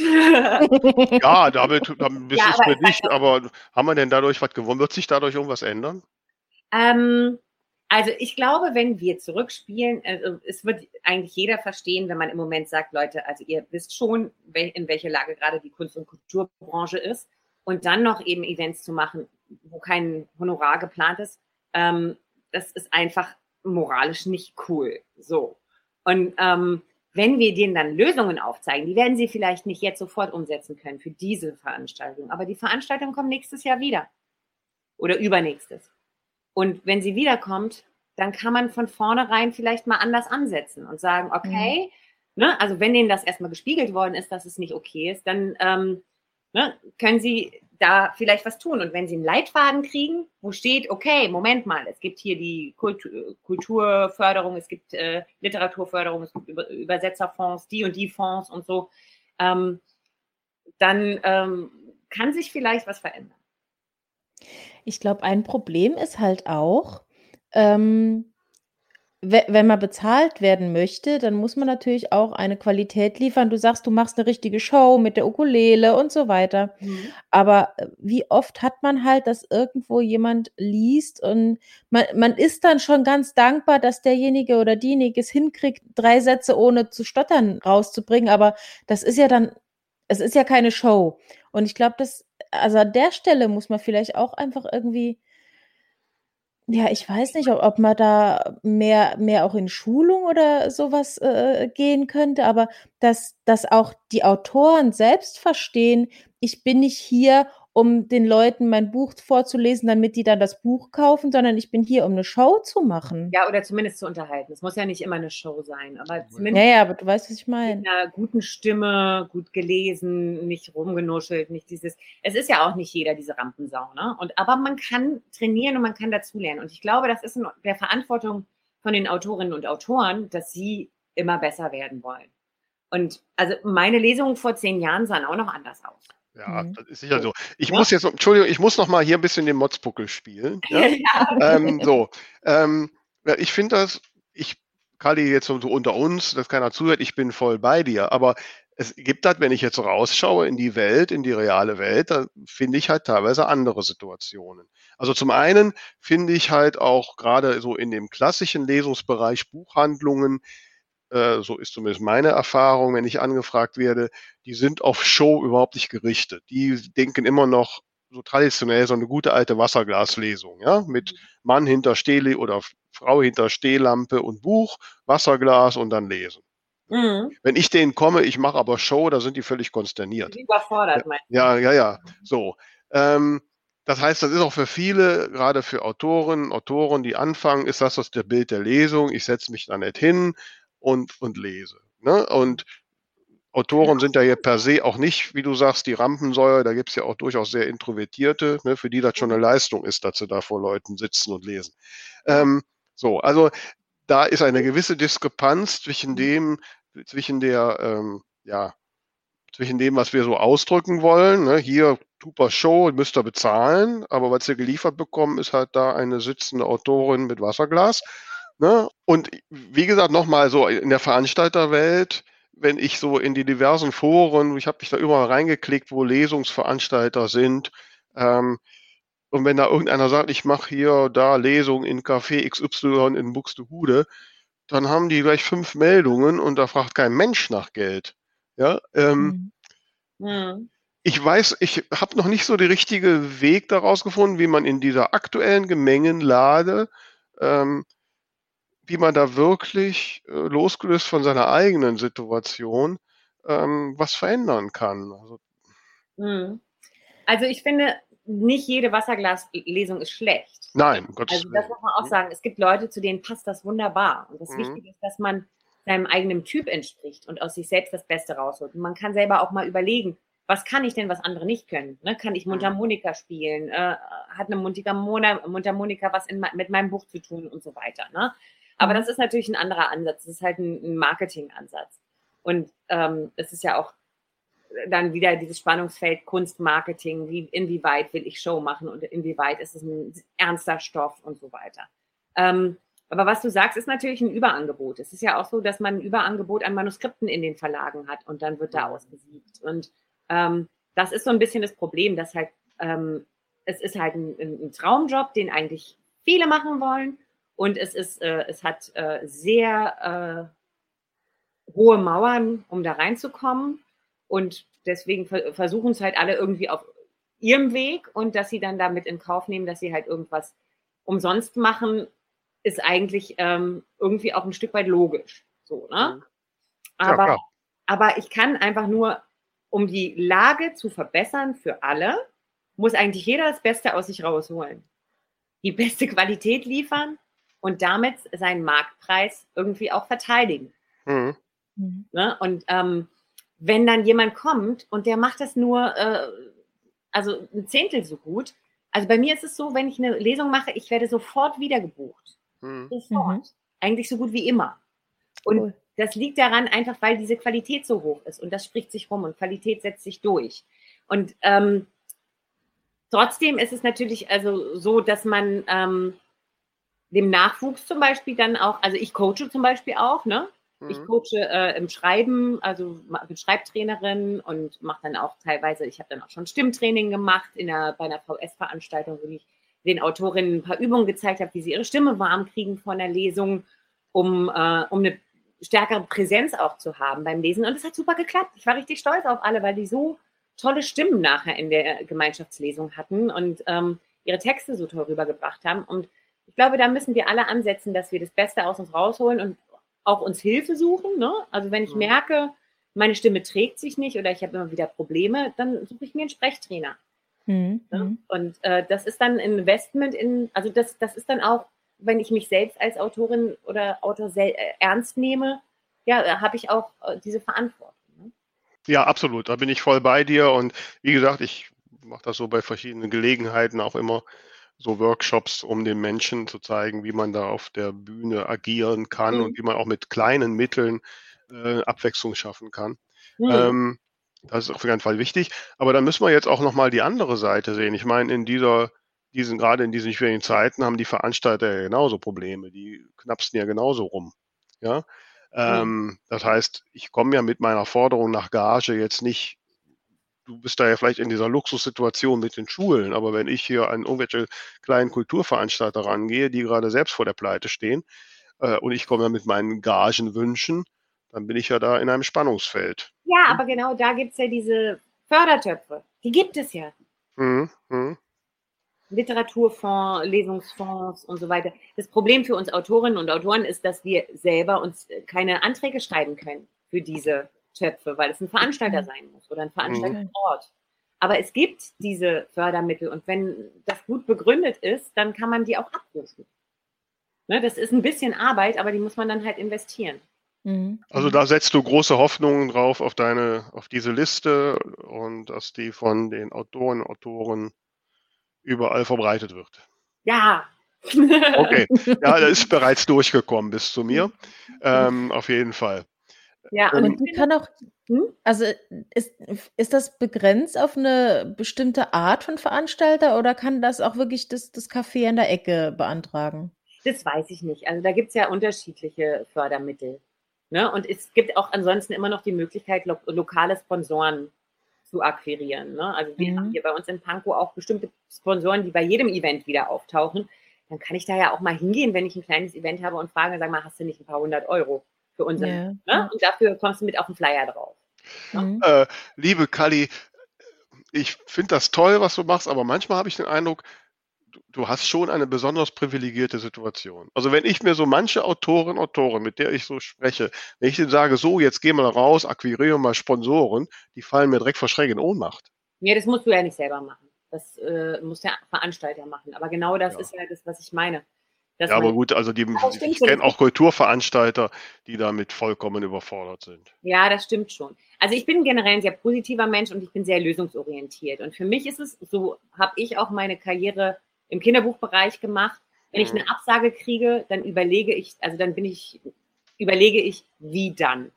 S2: Ja, damit, dann bist
S5: Ja,
S2: es
S5: aber
S2: für
S5: es reicht
S2: dich,
S5: auch.
S2: aber haben wir denn dadurch was gewonnen? Wird sich dadurch irgendwas ändern?
S5: Ähm, also ich glaube, wenn wir zurückspielen, also es wird eigentlich jeder verstehen, wenn man im Moment sagt, Leute, also ihr wisst schon, wel- in welcher Lage gerade die Kunst- und Kulturbranche ist und dann noch eben Events zu machen, wo kein Honorar geplant ist, ähm, das ist einfach moralisch nicht cool. So. Und ähm, wenn wir denen dann Lösungen aufzeigen, die werden sie vielleicht nicht jetzt sofort umsetzen können für diese Veranstaltung, aber die Veranstaltung kommt nächstes Jahr wieder oder übernächstes. Und wenn sie wiederkommt, dann kann man von vornherein vielleicht mal anders ansetzen und sagen, okay, mhm. ne, also wenn denen das erstmal gespiegelt worden ist, dass es nicht okay ist, dann ähm, ne, können sie da vielleicht was tun. Und wenn sie einen Leitfaden kriegen, wo steht, okay, Moment mal, es gibt hier die Kultur, Kulturförderung, es gibt äh, Literaturförderung, es gibt Über Übersetzerfonds, die und die Fonds und so, ähm, dann ähm, kann sich vielleicht was verändern.
S1: Ich glaube, ein Problem ist halt auch, ähm, we wenn man bezahlt werden möchte, dann muss man natürlich auch eine Qualität liefern. Du sagst, du machst eine richtige Show mit der Ukulele und so weiter.
S5: Mhm.
S1: Aber, äh, wie oft hat man halt, dass irgendwo jemand liest und man man ist dann schon ganz dankbar, dass derjenige oder diejenige es hinkriegt, drei Sätze ohne zu stottern rauszubringen, aber das ist ja dann es ist ja keine Show. Und ich glaube, das also an der Stelle muss man vielleicht auch einfach irgendwie, ja, ich weiß nicht, ob, ob man da mehr, mehr auch in Schulung oder sowas äh, gehen könnte, aber dass, dass auch die Autoren selbst verstehen, ich bin nicht hier, um den Leuten mein Buch vorzulesen, damit die dann das Buch kaufen, sondern ich bin hier, um eine Show zu machen.
S5: Ja, oder zumindest zu unterhalten. Es muss ja nicht immer eine Show sein, aber
S1: Ja,
S5: zumindest
S1: ja, aber du weißt, was ich
S5: mit
S1: meine.
S5: einer guten Stimme, gut gelesen, nicht rumgenuschelt, nicht dieses, es ist ja auch nicht jeder diese Rampensau, ne? Und, aber man kann trainieren und man kann dazulernen. Und ich glaube, das ist in der Verantwortung von den Autorinnen und Autoren, dass sie immer besser werden wollen. Und also meine Lesungen vor zehn Jahren sahen auch noch anders aus.
S2: Ja,
S1: Mhm.
S2: das ist sicher so. Ich
S5: Ja.
S2: muss jetzt, noch- Entschuldigung, ich muss noch mal hier ein bisschen den Motzbuckel spielen. Ja?
S5: Ja.
S2: ähm, so, ähm, ja, ich finde das, ich, Kali, jetzt so unter uns, dass keiner zuhört, ich bin voll bei dir, aber es gibt halt, wenn ich jetzt rausschaue in die Welt, in die reale Welt, da finde ich halt teilweise andere Situationen. Also zum einen finde ich halt auch gerade so in dem klassischen Lesungsbereich Buchhandlungen, äh, so ist zumindest meine Erfahrung, wenn ich angefragt werde, die sind auf Show überhaupt nicht gerichtet. Die denken immer noch so traditionell so eine gute alte Wasserglaslesung, ja, mit Mann hinter Stehli oder Frau hinter Stehlampe und Buch, Wasserglas und dann lesen.
S5: Mhm.
S2: Wenn ich denen komme, ich mache aber Show, da sind die völlig konsterniert.
S5: Die überfordert, meinst du?
S2: Ja, ja, ja, so. Ähm, das heißt, das ist auch für viele, gerade für Autoren, Autoren, die anfangen, ist das das der Bild der Lesung. Ich setze mich da nicht hin und, und lese. Ne? Und Autoren sind ja hier per se auch nicht, wie du sagst, die Rampensäue. Da gibt es ja auch durchaus sehr Introvertierte, ne, für die das schon eine Leistung ist, dass sie da vor Leuten sitzen und lesen. Ähm, so, also da ist eine gewisse Diskrepanz zwischen dem, zwischen der, ähm, ja, zwischen dem, was wir so ausdrücken wollen. Ne? Hier, super Show, müsst ihr bezahlen, aber was ihr geliefert bekommen, ist halt da eine sitzende Autorin mit Wasserglas. Ne? Und wie gesagt, nochmal so in der Veranstalterwelt, wenn ich so in die diversen Foren, ich habe mich da überall reingeklickt, wo Lesungsveranstalter sind, ähm, und wenn da irgendeiner sagt, ich mache hier da Lesung in Café X Y in Buxtehude, dann haben die gleich fünf Meldungen und da fragt kein Mensch nach Geld. Ja, ähm,
S1: Mhm.
S5: Mhm.
S2: ich weiß, ich habe noch nicht so den richtigen Weg daraus gefunden, wie man in dieser aktuellen Gemengenlage, ähm, wie man da wirklich äh, losgelöst von seiner eigenen Situation ähm, was verändern kann. Also,
S5: Mhm. Also ich finde, nicht jede Wasserglaslesung ist schlecht.
S2: nein, um Gottes
S5: Also das
S2: Willen.
S5: muss man auch sagen. Es gibt Leute, zu denen passt das wunderbar. Und das
S2: Mhm.
S5: Wichtige ist, dass man seinem eigenen Typ entspricht und aus sich selbst das Beste rausholt. Und man kann selber auch mal überlegen, was kann ich denn, was andere nicht können? Ne? Kann ich Mundharmonika spielen? Äh, hat eine Mundharmonika, Mundharmonika was in, mit meinem Buch zu tun und so weiter. Ne? Aber
S1: Mhm.
S5: das ist natürlich ein anderer Ansatz. Das ist halt ein, ein Marketingansatz. Und ähm, es ist ja auch dann wieder dieses Spannungsfeld Kunst, Marketing, wie, inwieweit will ich Show machen und inwieweit ist es ein ernster Stoff und so weiter. Ähm, aber was du sagst, ist natürlich ein Überangebot. Es ist ja auch so, dass man ein Überangebot an Manuskripten in den Verlagen hat und dann wird da ausgesiebt. Und ähm, das ist so ein bisschen das Problem, dass halt, ähm, es ist halt ein, ein Traumjob, den eigentlich viele machen wollen und es ist, äh, es hat äh, sehr äh, hohe Mauern, um da reinzukommen. Und deswegen versuchen es halt alle irgendwie auf ihrem Weg und dass sie dann damit in Kauf nehmen, dass sie halt irgendwas umsonst machen, ist eigentlich ähm, irgendwie auch ein Stück weit logisch. So, ne?
S2: Ja,
S5: Aber,
S2: klar.
S5: aber ich kann einfach nur, um die Lage zu verbessern für alle, muss eigentlich jeder das Beste aus sich rausholen. Die beste Qualität liefern und damit seinen Marktpreis irgendwie auch verteidigen.
S2: Mhm.
S1: Mhm.
S5: Ne? Und ähm, wenn dann jemand kommt und der macht das nur, äh, also ein Zehntel so gut. Also bei mir ist es so, wenn ich eine Lesung mache, ich werde sofort wieder gebucht.
S2: Mhm.
S5: Sofort.
S1: Mhm.
S5: Eigentlich so gut wie immer. Und
S1: Cool.
S5: das liegt daran einfach, weil diese Qualität so hoch ist und das spricht sich rum und Qualität setzt sich durch. Und ähm, trotzdem ist es natürlich also so, dass man ähm, dem Nachwuchs zum Beispiel dann auch, also ich coache zum Beispiel auch, ne? Ich
S2: Mhm.
S5: coache äh, im Schreiben, also bin Schreibtrainerin und mache dann auch teilweise, ich habe dann auch schon Stimmtraining gemacht in einer, bei einer V S-Veranstaltung, wo ich den Autorinnen ein paar Übungen gezeigt habe, wie sie ihre Stimme warm kriegen vor einer Lesung, um, äh, um eine stärkere Präsenz auch zu haben beim Lesen. Und es hat super geklappt. Ich war richtig stolz auf alle, weil die so tolle Stimmen nachher in der Gemeinschaftslesung hatten und ähm, ihre Texte so toll rübergebracht haben. Und ich glaube, da müssen wir alle ansetzen, dass wir das Beste aus uns rausholen und auch uns Hilfe suchen. Ne? Also wenn ich
S2: Mhm.
S5: merke, meine Stimme trägt sich nicht oder ich habe immer wieder Probleme, dann suche ich mir einen Sprechtrainer.
S1: Mhm.
S5: Ne?
S1: Mhm.
S5: Und äh, das ist dann ein Investment in, also das, das ist dann auch, wenn ich mich selbst als Autorin oder Autor sel- äh, ernst nehme, ja, habe ich auch äh, diese Verantwortung. Ne?
S2: Ja, absolut. Da bin ich voll bei dir. Und wie gesagt, ich mache das so bei verschiedenen Gelegenheiten auch immer so Workshops, um den Menschen zu zeigen, wie man da auf der Bühne agieren kann
S5: Mhm.
S2: und wie man auch mit kleinen Mitteln äh, Abwechslung schaffen kann.
S5: Mhm.
S2: Ähm, das ist auf jeden Fall wichtig. Aber dann müssen wir jetzt auch nochmal die andere Seite sehen. Ich meine, in dieser, diesen, gerade in diesen schwierigen Zeiten haben die Veranstalter ja genauso Probleme. Die knapsen ja genauso rum. Ja.
S5: Mhm.
S2: Ähm, das heißt, ich komme ja mit meiner Forderung nach Gage jetzt nicht, du bist da ja vielleicht in dieser Luxussituation mit den Schulen, aber wenn ich hier an irgendwelche kleinen Kulturveranstalter rangehe, die gerade selbst vor der Pleite stehen, äh, und ich komme ja mit meinen Gagenwünschen, dann bin ich ja da in einem Spannungsfeld.
S5: Ja,
S2: Ne?
S5: aber genau da gibt es ja diese Fördertöpfe. Die gibt es ja.
S2: Mhm, mhm,
S5: Literaturfonds, Lesungsfonds und so weiter. Das Problem für uns Autorinnen und Autoren ist, dass wir selber uns keine Anträge schreiben können für diese Töpfe, weil es ein Veranstalter sein muss oder ein
S2: mhm.
S5: Veranstaltungsort. Aber es gibt diese Fördermittel und wenn das gut begründet ist, dann kann man die auch abrufen. Ne, das ist ein bisschen Arbeit, aber die muss man dann halt investieren.
S1: Mhm.
S2: Also
S1: Mhm.
S2: da setzt du große Hoffnungen drauf auf deine, auf diese Liste und dass die von den Autoren, Autoren überall verbreitet wird.
S5: Ja.
S2: Okay, ja, das ist bereits durchgekommen bis zu mir. Ähm, auf jeden Fall.
S5: Ja, und
S2: Ähm,
S5: ich
S1: Und die
S5: finde,
S1: kann auch,
S5: hm?
S1: also ist, ist das begrenzt auf eine bestimmte Art von Veranstalter oder kann das auch wirklich das, das Café an der Ecke beantragen?
S5: Das weiß ich nicht. Also da gibt es ja unterschiedliche Fördermittel. Ne? Und es gibt auch ansonsten immer noch die Möglichkeit, lo lokale Sponsoren zu akquirieren. Ne? Also wir haben
S1: Mhm.
S5: hier bei uns in Pankow auch bestimmte Sponsoren, die bei jedem Event wieder auftauchen. Dann kann ich da ja auch mal hingehen, wenn ich ein kleines Event habe und frage, sag mal, hast du nicht ein paar hundert Euro für unseren?
S1: Ja,
S5: Ne?
S1: ja.
S5: Und dafür kommst du mit auf den Flyer drauf. Ne?
S1: Mhm.
S2: äh, liebe Kalli, ich finde das toll, was du machst, aber manchmal habe ich den Eindruck, du, du hast schon eine besonders privilegierte Situation. Also wenn ich mir so manche Autoren, Autoren, mit der ich so spreche, wenn ich denen sage, so, jetzt geh mal raus, akquiriere mal Sponsoren, die fallen mir direkt vor Schreck in Ohnmacht.
S5: Ja, das musst du ja nicht selber machen. Das äh, muss der Veranstalter machen. Aber genau das
S2: Ja.
S5: ist ja das, was ich meine. Dass
S2: Ja, aber
S5: man,
S2: gut, also die,
S5: aber stimmt
S2: ich
S5: schon,
S2: kenne
S5: es
S2: auch Kulturveranstalter, die damit vollkommen überfordert sind.
S5: Ja, das stimmt schon. Also ich bin generell ein sehr positiver Mensch und ich bin sehr lösungsorientiert. Und für mich ist es, so habe ich auch meine Karriere im Kinderbuchbereich gemacht. Wenn ich
S2: Mhm.
S5: eine Absage kriege, dann überlege ich, also dann bin ich, überlege ich, wie dann.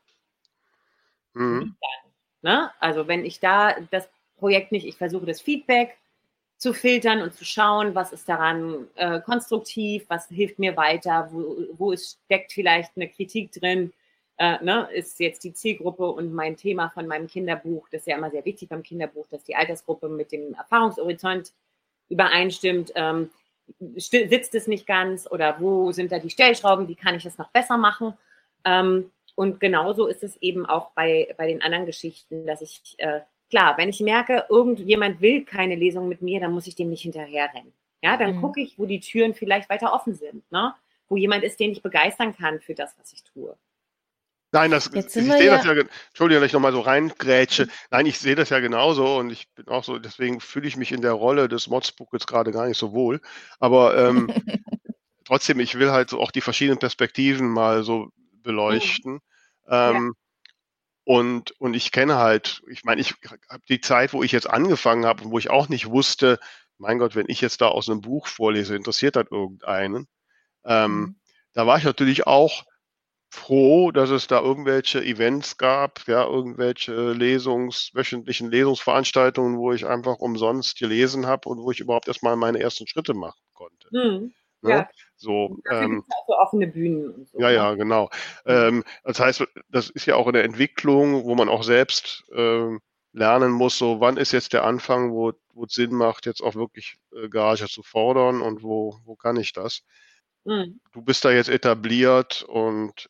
S2: Mhm.
S5: Ne? Also wenn ich da das Projekt nicht, ich versuche das Feedback zu filtern und zu schauen, was ist daran äh, konstruktiv, was hilft mir weiter, wo, wo ist, steckt vielleicht eine Kritik drin, äh, ne? Ist jetzt die Zielgruppe und mein Thema von meinem Kinderbuch, das ist ja immer sehr wichtig beim Kinderbuch, dass die Altersgruppe mit dem Erfahrungshorizont übereinstimmt, ähm, sitzt es nicht ganz oder wo sind da die Stellschrauben, wie kann ich es noch besser machen, ähm, und genauso ist es eben auch bei, bei den anderen Geschichten, dass ich, äh, klar, wenn ich merke, irgendjemand will keine Lesung mit mir, dann muss ich dem nicht hinterherrennen. Ja, dann
S1: Mhm.
S5: gucke ich, wo die Türen vielleicht weiter offen sind, ne? Wo jemand ist, den ich begeistern kann für das, was ich tue.
S2: Nein, das,
S1: Jetzt
S2: ich
S1: sind wir
S2: sehe das
S1: ja,
S2: ja, ge- Entschuldigung, dass ich nochmal so reingrätsche. Nein, ich sehe das ja genauso und ich bin auch so, deswegen fühle ich mich in der Rolle des Motzbuch jetzt gerade gar nicht so wohl. Aber ähm, trotzdem, ich will halt so auch die verschiedenen Perspektiven mal so
S5: Mhm.
S2: beleuchten.
S5: Ja.
S2: Ähm, und, und ich kenne halt, ich meine, ich habe die Zeit, wo ich jetzt angefangen habe und wo ich auch nicht wusste, mein Gott, wenn ich jetzt da aus einem Buch vorlese, interessiert das irgendeinen? Ähm,
S1: Mhm.
S2: da war ich natürlich auch froh, dass es da irgendwelche Events gab, ja, irgendwelche Lesungs wöchentlichen Lesungsveranstaltungen, wo ich einfach umsonst gelesen habe und wo ich überhaupt erst mal meine ersten Schritte machen konnte,
S5: Mhm.
S2: ne?
S5: Ja.
S2: So,
S5: Und dafür gibt
S2: ähm
S5: es ja auch so offene Bühnen und so,
S2: ja,
S5: ne?
S2: ja, genau.
S5: Mhm.
S2: Ähm, das heißt, das ist ja auch in der Entwicklung, wo man auch selbst, ähm, lernen muss, so wann ist jetzt der Anfang, wo wo es Sinn macht, jetzt auch wirklich, äh, Gage zu fordern und wo wo kann ich das?
S5: Mhm.
S2: Du bist da jetzt etabliert und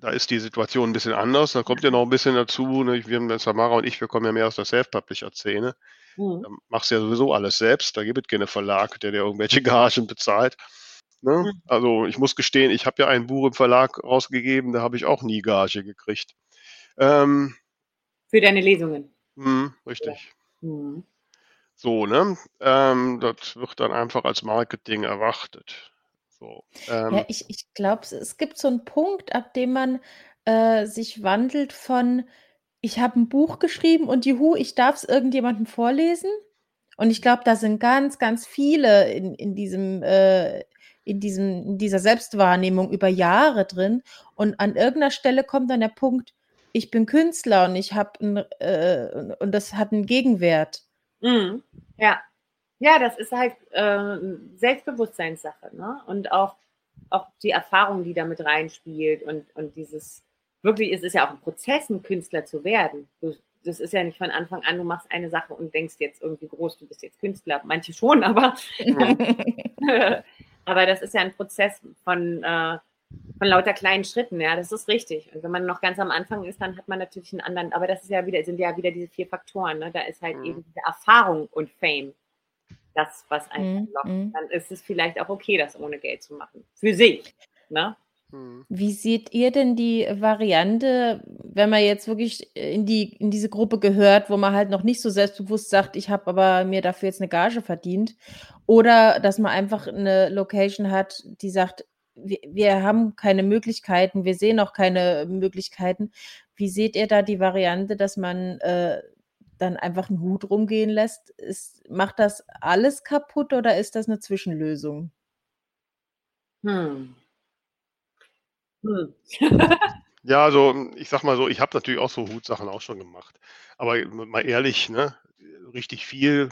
S2: da ist die Situation ein bisschen anders. Da kommt ja noch ein bisschen dazu, ne, wir haben Tamara und ich, wir kommen ja mehr aus der Self-Publisher-Szene.
S5: Mhm.
S2: Da machst du ja sowieso alles selbst. Da gibt es keine Verlag, der dir irgendwelche Gagen bezahlt. Ne?
S5: Mhm.
S2: Also ich muss gestehen, ich habe ja ein Buch im Verlag rausgegeben, da habe ich auch nie Gage gekriegt. Ähm,
S5: Für deine Lesungen.
S2: hm, richtig.
S5: Mhm.
S2: So, ne? Ähm, das wird dann einfach als Marketing erwartet. So,
S1: Ja,
S2: ähm,
S1: ich, ich glaube, es, es gibt so einen Punkt, ab dem man äh, sich wandelt von, ich habe ein Buch geschrieben und juhu, ich darf es irgendjemandem vorlesen. Und ich glaube, da sind ganz, ganz viele in, in diesem, äh, in diesem, in dieser Selbstwahrnehmung über Jahre drin. Und an irgendeiner Stelle kommt dann der Punkt, ich bin Künstler und ich habe äh, und, und das hat einen Gegenwert.
S5: Mhm. Ja. Ja, das ist halt äh, Selbstbewusstseinssache, ne? Und auch, auch die Erfahrung, die damit reinspielt und, und dieses, wirklich, es ist ja auch ein Prozess, ein Künstler zu werden. Du, das ist ja nicht von Anfang an, du machst eine Sache und denkst jetzt irgendwie groß, du bist jetzt Künstler. Manche schon, aber, aber das ist ja ein Prozess von, äh, von lauter kleinen Schritten, ja, das ist richtig. Und wenn man noch ganz am Anfang ist, dann hat man natürlich einen anderen, aber das ist ja wieder, sind ja wieder diese vier Faktoren, ne? Da ist halt
S2: Mhm.
S5: eben diese Erfahrung und Fame das, was einen
S1: Mhm,
S5: lockt.
S1: mhm.
S5: Dann ist es vielleicht auch okay, das ohne Geld zu machen. Für sich, ne?
S2: hm.
S1: Wie seht ihr denn die Variante, wenn man jetzt wirklich in die in diese Gruppe gehört, wo man halt noch nicht so selbstbewusst sagt, ich habe aber mir dafür jetzt eine Gage verdient, oder dass man einfach eine Location hat, die sagt, wir, wir haben keine Möglichkeiten, wir sehen auch keine Möglichkeiten. Wie seht ihr da die Variante, dass man äh, dann einfach einen Hut rumgehen lässt? Ist, macht das alles kaputt oder ist das eine Zwischenlösung?
S5: Hm. Hm.
S2: Ja, also ich sag mal so, ich habe natürlich auch so Hutsachen auch schon gemacht. Aber mal ehrlich, ne, richtig viel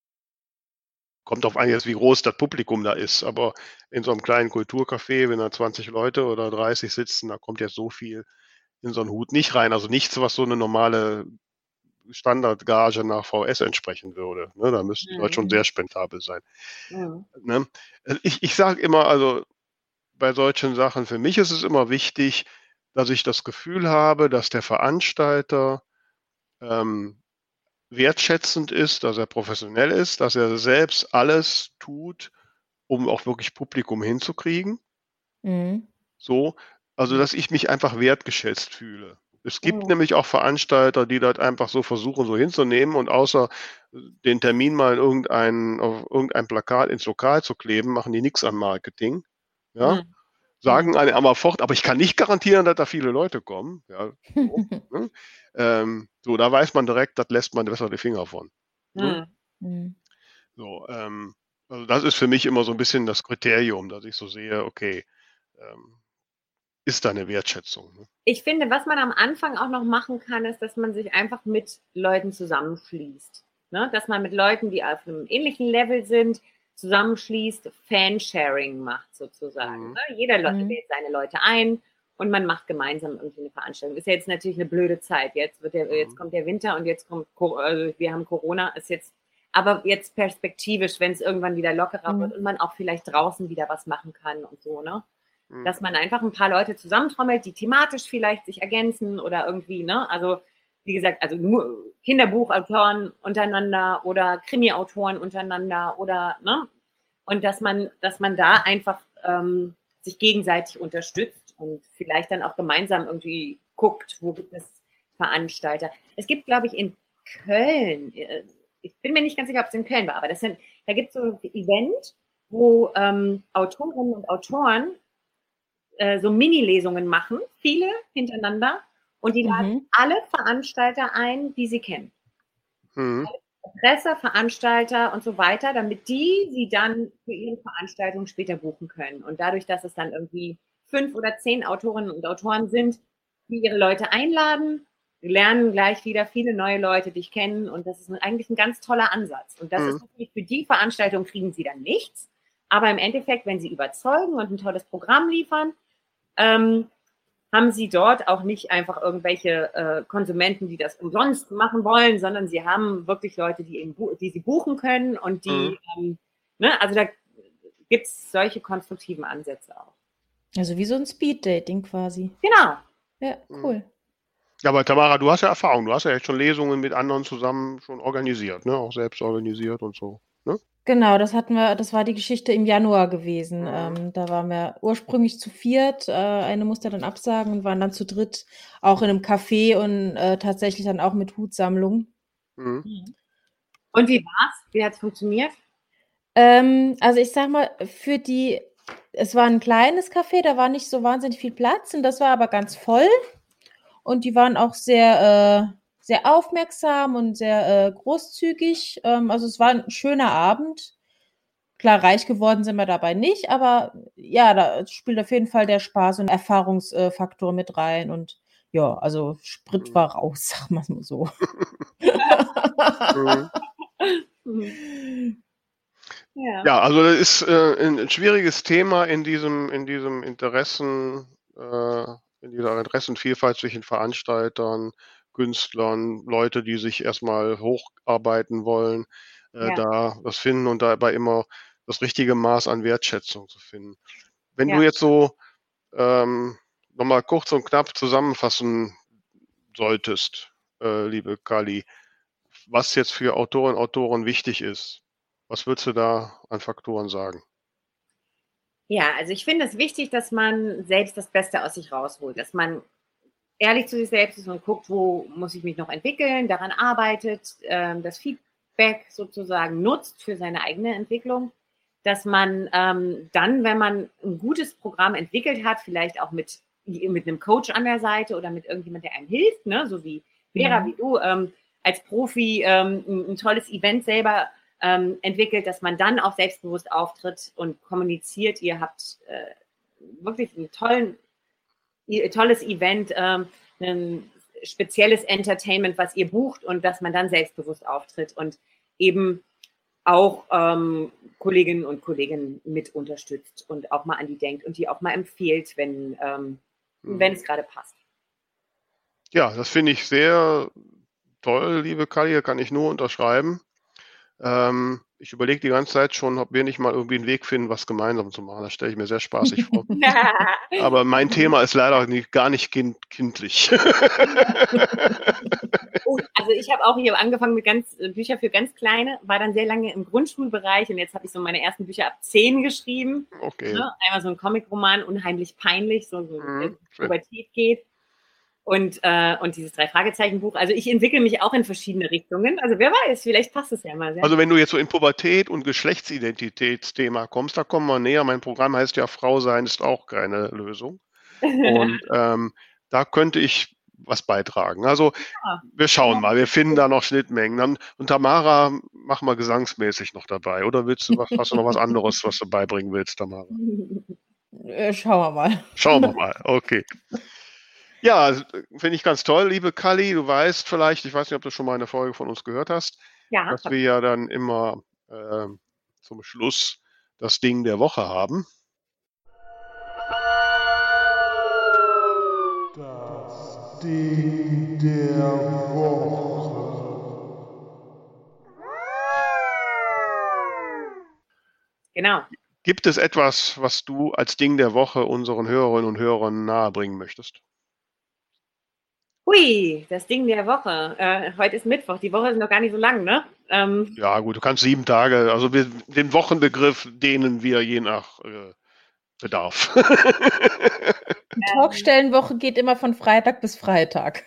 S2: kommt auf an jetzt, wie groß das Publikum da ist. Aber in so einem kleinen Kulturcafé, wenn da zwanzig Leute oder dreißig sitzen, da kommt jetzt so viel in so einen Hut nicht rein. Also nichts, was so eine normale Standardgage nach V S entsprechen würde. Ne, da müssten die Leute schon
S5: Mhm.
S2: sehr spendabel sein.
S5: Mhm.
S2: Ne? Also ich ich sage immer, also bei solchen Sachen, für mich ist es immer wichtig, dass ich das Gefühl habe, dass der Veranstalter ähm, wertschätzend ist, dass er professionell ist, dass er selbst alles tut, um auch wirklich Publikum hinzukriegen.
S1: Mhm.
S2: So, also dass ich mich einfach wertgeschätzt fühle. Es gibt
S5: Mhm.
S2: nämlich auch Veranstalter, die das einfach so versuchen, so hinzunehmen und außer äh, den Termin mal in irgendein, auf irgendein Plakat ins Lokal zu kleben, machen die nichts an Marketing. Ja,
S5: Mhm.
S2: sagen eine aber fort, aber ich kann nicht garantieren, dass da viele Leute kommen. Ja, so, ne? Ähm, so, da weiß man direkt, das lässt man besser die Finger von. Ne?
S5: Mhm.
S1: Mhm.
S2: So, ähm, also das ist für mich immer so ein bisschen das Kriterium, dass ich so sehe, okay, ähm, ist da eine Wertschätzung, ne?
S5: Ich finde, was man am Anfang auch noch machen kann, ist, dass man sich einfach mit Leuten zusammenschließt. Ne? Dass man mit Leuten, die auf einem ähnlichen Level sind, zusammenschließt, Fansharing macht sozusagen.
S2: Mhm.
S5: Ne? Jeder Le-
S1: Mhm.
S5: lädt seine Leute ein und man macht gemeinsam irgendwie eine Veranstaltung. Ist ja jetzt natürlich eine blöde Zeit. Jetzt wird der, jetzt
S2: Mhm.
S5: kommt der Winter und jetzt kommt, Co- also wir haben Corona, ist jetzt, aber jetzt perspektivisch, wenn es irgendwann wieder lockerer
S1: Mhm.
S5: wird und man auch vielleicht draußen wieder was machen kann und so, ne?
S2: Mhm.
S5: Dass man einfach ein paar Leute zusammentrommelt, die thematisch vielleicht sich ergänzen oder irgendwie, ne? Also, wie gesagt, also nur Kinderbuchautoren untereinander oder Krimi-Autoren untereinander oder, ne? Und dass man, dass man da einfach ähm, sich gegenseitig unterstützt und vielleicht dann auch gemeinsam irgendwie guckt, wo gibt es Veranstalter. Es gibt, glaube ich, in Köln, äh, ich bin mir nicht ganz sicher, ob es in Köln war, aber das sind, da gibt es so ein Event, wo ähm, Autorinnen und Autoren äh, so Mini-Lesungen machen, viele hintereinander, und die laden
S1: Mhm.
S5: alle Veranstalter ein, die sie kennen.
S2: Mhm.
S5: Presse, Veranstalter und so weiter, damit die sie dann für ihre Veranstaltung später buchen können. Und dadurch, dass es dann irgendwie fünf oder zehn Autorinnen und Autoren sind, die ihre Leute einladen, lernen gleich wieder viele neue Leute dich kennen. Und das ist eigentlich ein ganz toller Ansatz. Und das
S2: Mhm.
S5: ist natürlich für die Veranstaltung kriegen sie dann nichts. Aber im Endeffekt, wenn sie überzeugen und ein tolles Programm liefern, ähm, haben sie dort auch nicht einfach irgendwelche äh, Konsumenten, die das umsonst machen wollen, sondern sie haben wirklich Leute, die, eben, die sie buchen können und die,
S2: Mhm.
S5: ähm, ne, also da gibt es solche konstruktiven Ansätze auch.
S1: Also wie so ein Speed-Dating quasi.
S5: Genau,
S1: Ja, cool.
S2: Ja, aber Tamara, du hast ja Erfahrung. Du hast ja jetzt schon Lesungen mit anderen zusammen schon organisiert, ne? Auch selbst organisiert und so, ne?
S1: Genau, das hatten wir, das war die Geschichte im Januar gewesen.
S2: Mhm.
S1: Ähm, da waren wir ursprünglich zu viert. Äh, eine musste dann absagen und waren dann zu dritt auch in einem Café und äh, tatsächlich dann auch mit Hutsammlung.
S2: Mhm.
S5: Und wie war's? Wie hat's funktioniert?
S1: Ähm, also ich sag mal, für die, es war ein kleines Café, da war nicht so wahnsinnig viel Platz und das war aber ganz voll. Und die waren auch sehr, äh, sehr aufmerksam und sehr äh, großzügig. Ähm, also es war ein schöner Abend. Klar, reich geworden sind wir dabei nicht, aber ja, da spielt auf jeden Fall der Spaß und Erfahrungsfaktor mit rein. Und ja, also Sprit
S2: Mhm.
S1: war raus, sagen wir es mal so.
S2: Mhm.
S5: Ja.
S2: Ja, also das ist äh, ein, ein schwieriges Thema in diesem, in diesem Interessen, äh, in dieser Interessenvielfalt zwischen Veranstaltern, Künstlern, Leute, die sich erstmal hocharbeiten wollen, äh,
S5: Ja.
S2: da das finden und dabei immer das richtige Maß an Wertschätzung zu finden. Wenn du
S5: Ja.
S2: jetzt so ähm, nochmal kurz und knapp zusammenfassen solltest, äh, liebe Kali, was jetzt für Autorinnen und Autoren wichtig ist, was würdest du da an Faktoren sagen?
S5: Ja, also ich finde es wichtig, dass man selbst das Beste aus sich rausholt, dass man ehrlich zu sich selbst ist und guckt, wo muss ich mich noch entwickeln, daran arbeitet, ähm, das Feedback sozusagen nutzt für seine eigene Entwicklung, dass man ähm, dann, wenn man ein gutes Programm entwickelt hat, vielleicht auch mit, mit einem Coach an der Seite oder mit irgendjemand, der einem hilft, ne, so wie Vera,
S1: Mhm.
S5: wie du, ähm, als Profi ähm, ein, ein tolles Event selber ähm, entwickelt, dass man dann auch selbstbewusst auftritt und kommuniziert. Ihr habt äh, wirklich einen tollen tolles Event, ähm, ein spezielles Entertainment, was ihr bucht und dass man dann selbstbewusst auftritt und eben auch ähm, Kolleginnen und Kollegen mit unterstützt und auch mal an die denkt und die auch mal empfiehlt, wenn, ähm,
S2: Mhm.
S5: wenn es gerade passt.
S2: Ja, das finde ich sehr toll, liebe Kali, kann ich nur unterschreiben. Ähm, ich überlege die ganze Zeit schon, ob wir nicht mal irgendwie einen Weg finden, was gemeinsam zu machen. Das stelle ich mir sehr spaßig vor. Aber mein Thema ist leider nicht, gar nicht kind, kindlich.
S5: Oh, also ich habe auch hier angefangen mit ganz Bücher für ganz Kleine, war dann sehr lange im Grundschulbereich und jetzt habe ich so meine ersten Bücher ab zehn geschrieben.
S2: Okay.
S5: Ne? Einmal so ein Comicroman, unheimlich peinlich, so, so
S2: Mhm,
S5: der
S2: schön.
S5: Pubertät geht. Und, äh, und dieses Drei-Fragezeichen-Buch. Also ich entwickle mich auch in verschiedene Richtungen. Also wer weiß, vielleicht passt es ja mal. Sehr.
S2: Also wenn du jetzt so in Pubertät und Geschlechtsidentitätsthema kommst, da kommen wir näher. Mein Programm heißt ja Frau sein ist auch keine Lösung. Und ähm, da könnte ich was beitragen. Also
S5: Ja.
S2: wir schauen mal, wir finden da noch Schnittmengen. Dann, und Tamara, mach mal gesangsmäßig noch dabei. Oder willst du was, hast du noch was anderes, was du beibringen willst, Tamara?
S1: Äh, schauen wir mal.
S2: Schauen wir mal, okay. Ja, finde ich ganz toll, liebe Kali. Du weißt vielleicht, ich weiß nicht, ob du schon mal eine Folge von uns gehört hast,
S5: Ja,
S2: dass wir ja dann immer äh, zum Schluss das Ding der Woche haben.
S3: Das Ding der Woche.
S5: genau.
S2: Gibt es etwas, was du als Ding der Woche unseren Hörerinnen und Hörern nahebringen möchtest?
S5: Hui, das Ding der Woche. Äh, heute ist Mittwoch, die Woche ist noch gar nicht so lang, ne? Ähm,
S2: Ja, gut, du kannst sieben Tage, also wir, den Wochenbegriff dehnen wir je nach äh, Bedarf.
S1: Die Talkstellenwoche geht immer von Freitag bis Freitag.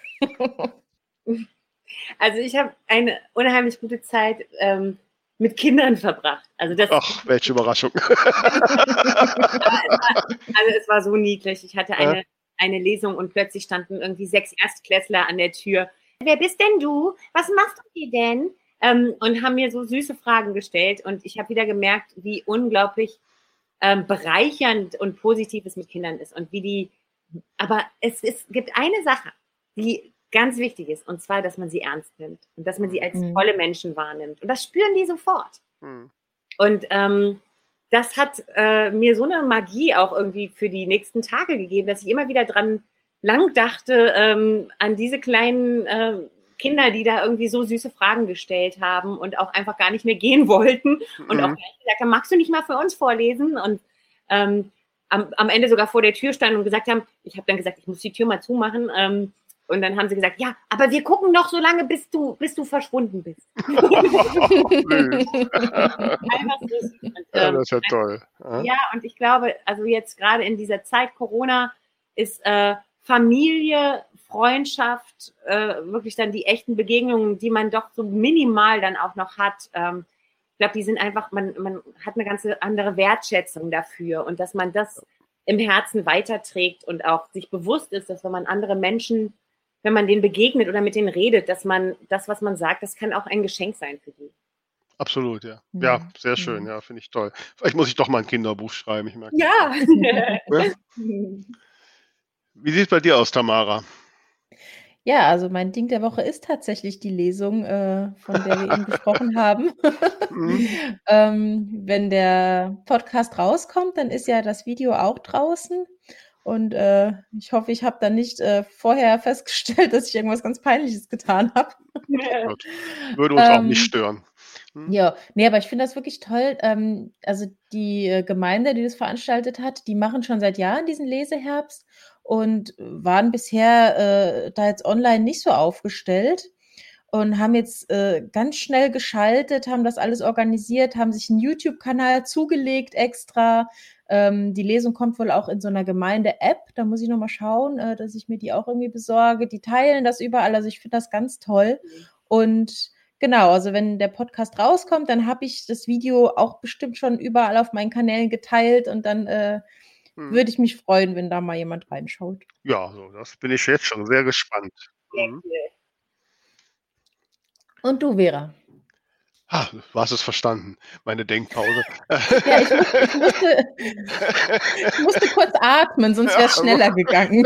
S5: Also ich habe eine unheimlich gute Zeit ähm, mit Kindern verbracht. Also das.
S2: Ach, welche Überraschung.
S5: Aber es war, also es war so niedlich. Ich hatte eine, eine Lesung und plötzlich standen irgendwie sechs Erstklässler an der Tür. Wer bist denn du? Was machst du hier denn? Ähm, und haben mir so süße Fragen gestellt. Und ich habe wieder gemerkt, wie unglaublich ähm, bereichernd und positiv es mit Kindern ist. Und wie die, aber es, es gibt eine Sache, die ganz wichtig ist, und zwar, dass man sie ernst nimmt und dass man sie als
S1: Mhm.
S5: tolle Menschen wahrnimmt. Und das spüren die sofort.
S2: Hm.
S5: Und ähm, das hat äh, mir so eine Magie auch irgendwie für die nächsten Tage gegeben, dass ich immer wieder dran lang dachte, ähm, an diese kleinen äh, Kinder, die da irgendwie so süße Fragen gestellt haben und auch einfach gar nicht mehr gehen wollten und
S2: Mhm.
S5: auch gleich gesagt haben, magst du nicht mal für uns vorlesen? Und ähm, am, am Ende sogar vor der Tür standen und gesagt haben, ich habe dann gesagt, ich muss die Tür mal zumachen. Ähm, und dann haben sie gesagt, ja, aber wir gucken noch so lange, bis du, bis du verschwunden bist. Einfach süß. Und, ähm,
S2: Ja, das ist ja toll. Ja,
S5: ja, und ich glaube, also jetzt gerade in dieser Zeit Corona ist äh, Familie, Freundschaft, äh, wirklich dann die echten Begegnungen, die man doch so minimal dann auch noch hat. Ähm, ich glaube, die sind einfach, man, man hat eine ganz andere Wertschätzung dafür und dass man das im Herzen weiterträgt und auch sich bewusst ist, dass wenn man andere Menschen, wenn man denen begegnet oder mit denen redet, dass man das, was man sagt, das kann auch ein Geschenk sein für die.
S2: absolut, ja. Ja,
S1: Mhm.
S2: sehr schön,
S1: Mhm.
S2: ja, finde ich toll. Vielleicht muss ich doch mal ein Kinderbuch schreiben, ich merke das
S5: Ja.
S2: schon. Ja. Wie sieht es bei dir aus, Tamara?
S1: Ja, also mein Ding der Woche ist tatsächlich die Lesung, äh, von der wir eben gesprochen haben.
S2: Mhm.
S1: Ähm, wenn der Podcast rauskommt, dann ist ja das Video auch draußen. Und äh, ich hoffe, ich habe dann nicht äh, vorher festgestellt, dass ich irgendwas ganz Peinliches getan habe.
S2: Gott, würde uns auch nicht
S1: Ähm,
S2: stören. Hm?
S1: Ja, ne, aber ich finde das wirklich toll. Ähm, also die äh, Gemeinde, die das veranstaltet hat, die machen schon seit Jahren diesen Leseherbst und waren bisher äh, da jetzt online nicht so aufgestellt und haben jetzt äh, ganz schnell geschaltet, haben das alles organisiert, haben sich einen YouTube-Kanal zugelegt extra. Ähm, die Lesung kommt wohl auch in so einer Gemeinde-App. Da muss ich noch mal schauen, äh, dass ich mir die auch irgendwie besorge. Die teilen das überall. Also ich finde das ganz toll. Und genau, also wenn der Podcast rauskommt, dann habe ich das Video auch bestimmt schon überall auf meinen Kanälen geteilt und dann äh,
S2: Hm.
S1: würde ich mich freuen, wenn da mal jemand reinschaut.
S2: Ja, so, das bin ich jetzt schon sehr gespannt. Mhm.
S1: Und du, Vera?
S2: Ah, du hast es verstanden, meine Denkpause.
S1: Ja, ich, muss, ich, musste, ich musste kurz atmen, sonst wäre es schneller gegangen.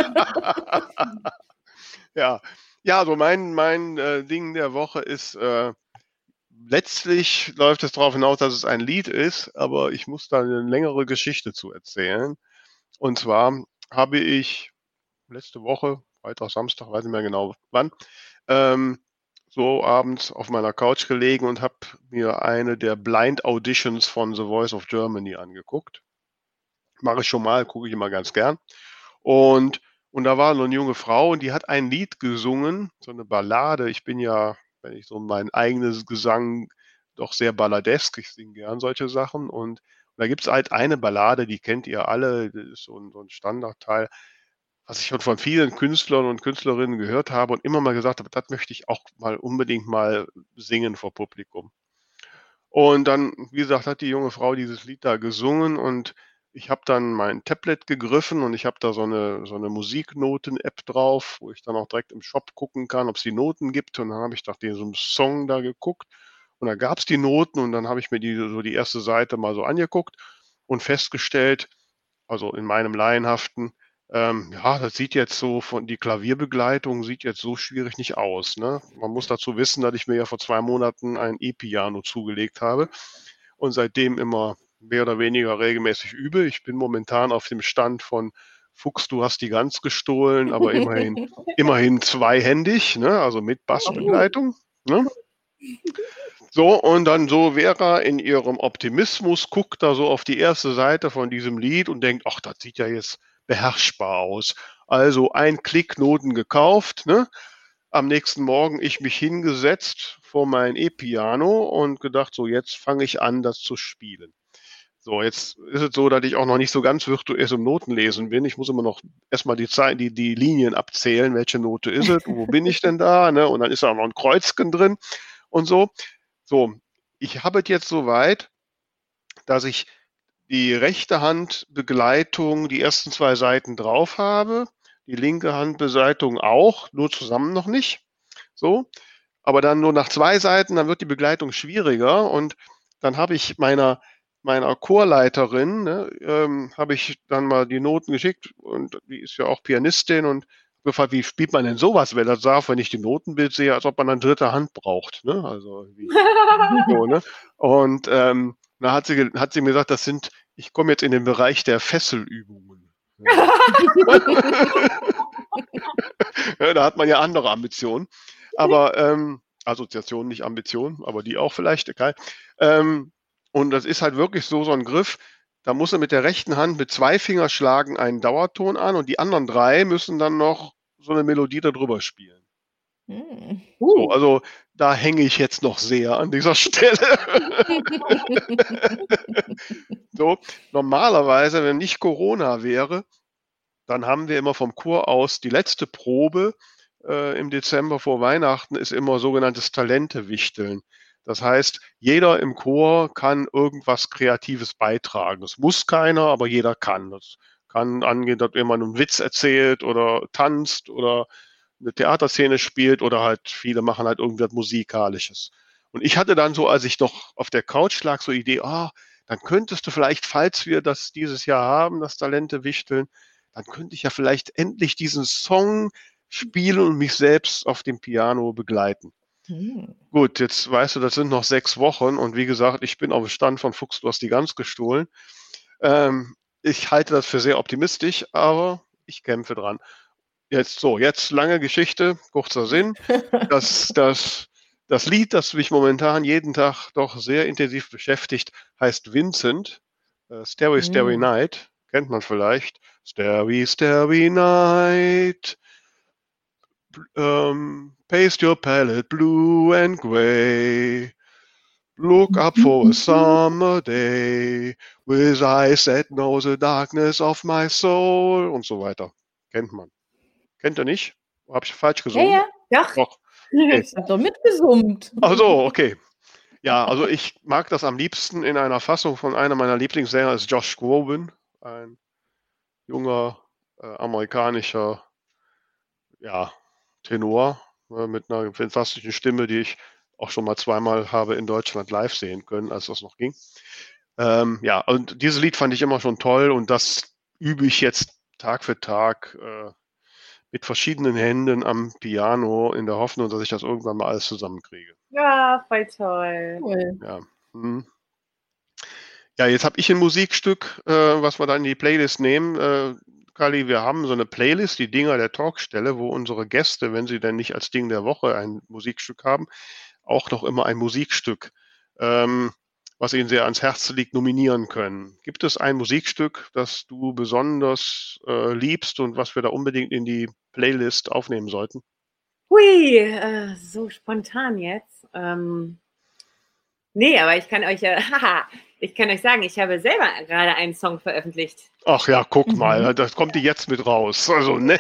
S2: Ja, ja, so mein, mein äh, Ding der Woche ist, äh, letztlich läuft es darauf hinaus, dass es ein Lied ist, aber ich muss da eine längere Geschichte zu erzählen. Und zwar habe ich letzte Woche, Freitag, Samstag, weiß nicht mehr genau wann, ähm, so abends auf meiner Couch gelegen und habe mir eine der Blind Auditions von The Voice of Germany angeguckt. Mache ich schon mal, gucke ich immer ganz gern. Und, und da war so eine junge Frau und die hat ein Lied gesungen, so eine Ballade. Ich bin ja, wenn ich so mein eigenes Gesang, doch sehr balladesk. Ich singe gern solche Sachen. Und, da gibt es halt eine Ballade, die kennt ihr alle, das ist so ein, so ein Standardteil, was ich schon von vielen Künstlern und Künstlerinnen gehört habe und immer mal gesagt habe, das möchte ich auch mal unbedingt mal singen vor Publikum. Und dann, wie gesagt, hat die junge Frau dieses Lied da gesungen und ich habe dann mein Tablet gegriffen und ich habe da so eine, so eine Musiknoten-App drauf, wo ich dann auch direkt im Shop gucken kann, ob es die Noten gibt. Und dann habe ich nach diesem Song da geguckt und da gab es die Noten und dann habe ich mir die, so die erste Seite mal so angeguckt und festgestellt, also in meinem laienhaften, ähm, ja, das sieht jetzt so von die Klavierbegleitung sieht jetzt so schwierig nicht aus, ne? Man muss dazu wissen, dass ich mir ja vor zwei Monaten ein E-Piano zugelegt habe und seitdem immer mehr oder weniger regelmäßig übe. Ich bin momentan auf dem Stand von Fuchs, du hast die Gans gestohlen, aber immerhin, immerhin zweihändig, ne? Also mit Bassbegleitung, ne? So, und dann so Vera in ihrem Optimismus guckt da so auf die erste Seite von diesem Lied und denkt, ach, das sieht ja jetzt beherrschbar aus. Also ein Klick Noten gekauft, ne? Am nächsten Morgen ich mich hingesetzt vor mein E-Piano und gedacht, so jetzt fange ich an, das zu spielen. So, jetzt ist es so, dass ich auch noch nicht so ganz virtuell im Notenlesen bin. Ich muss immer noch erstmal die Zeit, die, die Linien abzählen, welche Note ist es, wo bin ich denn da, ne? Und dann ist da auch noch ein Kreuzchen drin und so. So, ich habe es jetzt so weit, dass ich die rechte Hand Begleitung, die ersten zwei Seiten drauf habe, die linke Hand Begleitung auch, nur zusammen noch nicht. So, aber dann nur nach zwei Seiten, dann wird die Begleitung schwieriger und dann habe ich meiner meiner Chorleiterin, ne, ähm, habe ich dann mal die Noten geschickt und die ist ja auch Pianistin und gefragt, wie spielt man denn sowas, wenn das sagt, wenn ich die Notenbild sehe, als ob man eine dritte Hand braucht, ne? Also wie, so, ne? Und ähm, da hat sie, hat sie mir gesagt, das sind, ich komme jetzt in den Bereich der Fesselübungen. Ja. Ja, da hat man ja andere Ambitionen. Aber ähm, Assoziationen, nicht Ambitionen, aber die auch vielleicht, egal. Ähm, und das ist halt wirklich so, so ein Griff. Da muss er mit der rechten Hand mit zwei Fingerschlagen einen Dauerton an und die anderen drei müssen dann noch so eine Melodie darüber spielen.
S1: Hm.
S2: So,
S5: Uh,
S2: also da hänge ich jetzt noch sehr an dieser Stelle. So, normalerweise, wenn nicht Corona wäre, dann haben wir immer vom Chor aus die letzte Probe äh, im Dezember vor Weihnachten ist immer sogenanntes Talente-Wichteln. Das heißt, jeder im Chor kann irgendwas Kreatives beitragen. Das muss keiner, aber jeder kann. Das kann angehen, dass jemand einen Witz erzählt oder tanzt oder eine Theaterszene spielt oder halt viele machen halt irgendwas Musikalisches. Und ich hatte dann so, als ich noch auf der Couch lag, so Idee, ah, dann könntest du vielleicht, falls wir das dieses Jahr haben, das Talente wichteln, dann könnte ich ja vielleicht endlich diesen Song spielen und mich selbst auf dem Piano begleiten.
S1: Hm.
S2: Gut, jetzt weißt du, das sind noch sechs Wochen und wie gesagt, ich bin auf dem Stand von Fuchs, du hast die Gans gestohlen. Ähm, ich halte das für sehr optimistisch, aber ich kämpfe dran. Jetzt so, jetzt lange Geschichte, kurzer Sinn. Das, das, das Lied, das mich momentan jeden Tag doch sehr intensiv beschäftigt, heißt Vincent, äh, Starry Starry
S1: Hm.
S2: Night, kennt man vielleicht. Starry Starry Night, um, paste your palette blue and gray. Look up for a summer day with eyes that know the darkness of my soul und so weiter. Kennt man. Kennt ihr nicht? Hab ich falsch
S1: Ja,
S2: gesungen?
S1: ja,
S5: doch.
S2: Doch. Okay.
S1: ich hab doch mitgesummt.
S2: Ach so, okay. Ja, also ich mag das am liebsten in einer Fassung von einer meiner Lieblingssänger, ist Josh Groban, ein junger äh, amerikanischer ja, Tenor äh, mit einer fantastischen Stimme, die ich auch schon mal zweimal habe in Deutschland live sehen können, als das noch ging. Ähm, ja, und dieses Lied fand ich immer schon toll und das übe ich jetzt Tag für Tag äh, mit verschiedenen Händen am Piano in der Hoffnung, dass ich das irgendwann mal alles zusammenkriege.
S5: Ja, voll toll.
S1: Cool.
S2: Ja, hm. Ja, jetzt habe ich ein Musikstück, äh, was wir dann in die Playlist nehmen. Äh, Kali, wir haben so eine Playlist, die Dinger der Talkstelle, wo unsere Gäste, wenn sie denn nicht als Ding der Woche ein Musikstück haben, auch noch immer ein Musikstück, ähm, was ihnen sehr ans Herzen liegt, nominieren können. Gibt es ein Musikstück, das du besonders äh, liebst und was wir da unbedingt in die Playlist aufnehmen sollten?
S5: Hui, äh, so spontan jetzt. Ähm, nee, aber ich kann euch, äh, haha, ich kann euch sagen, ich habe selber gerade einen Song veröffentlicht.
S2: Ach ja, guck
S1: Mhm.
S2: mal, das kommt die jetzt mit raus. Also, ne?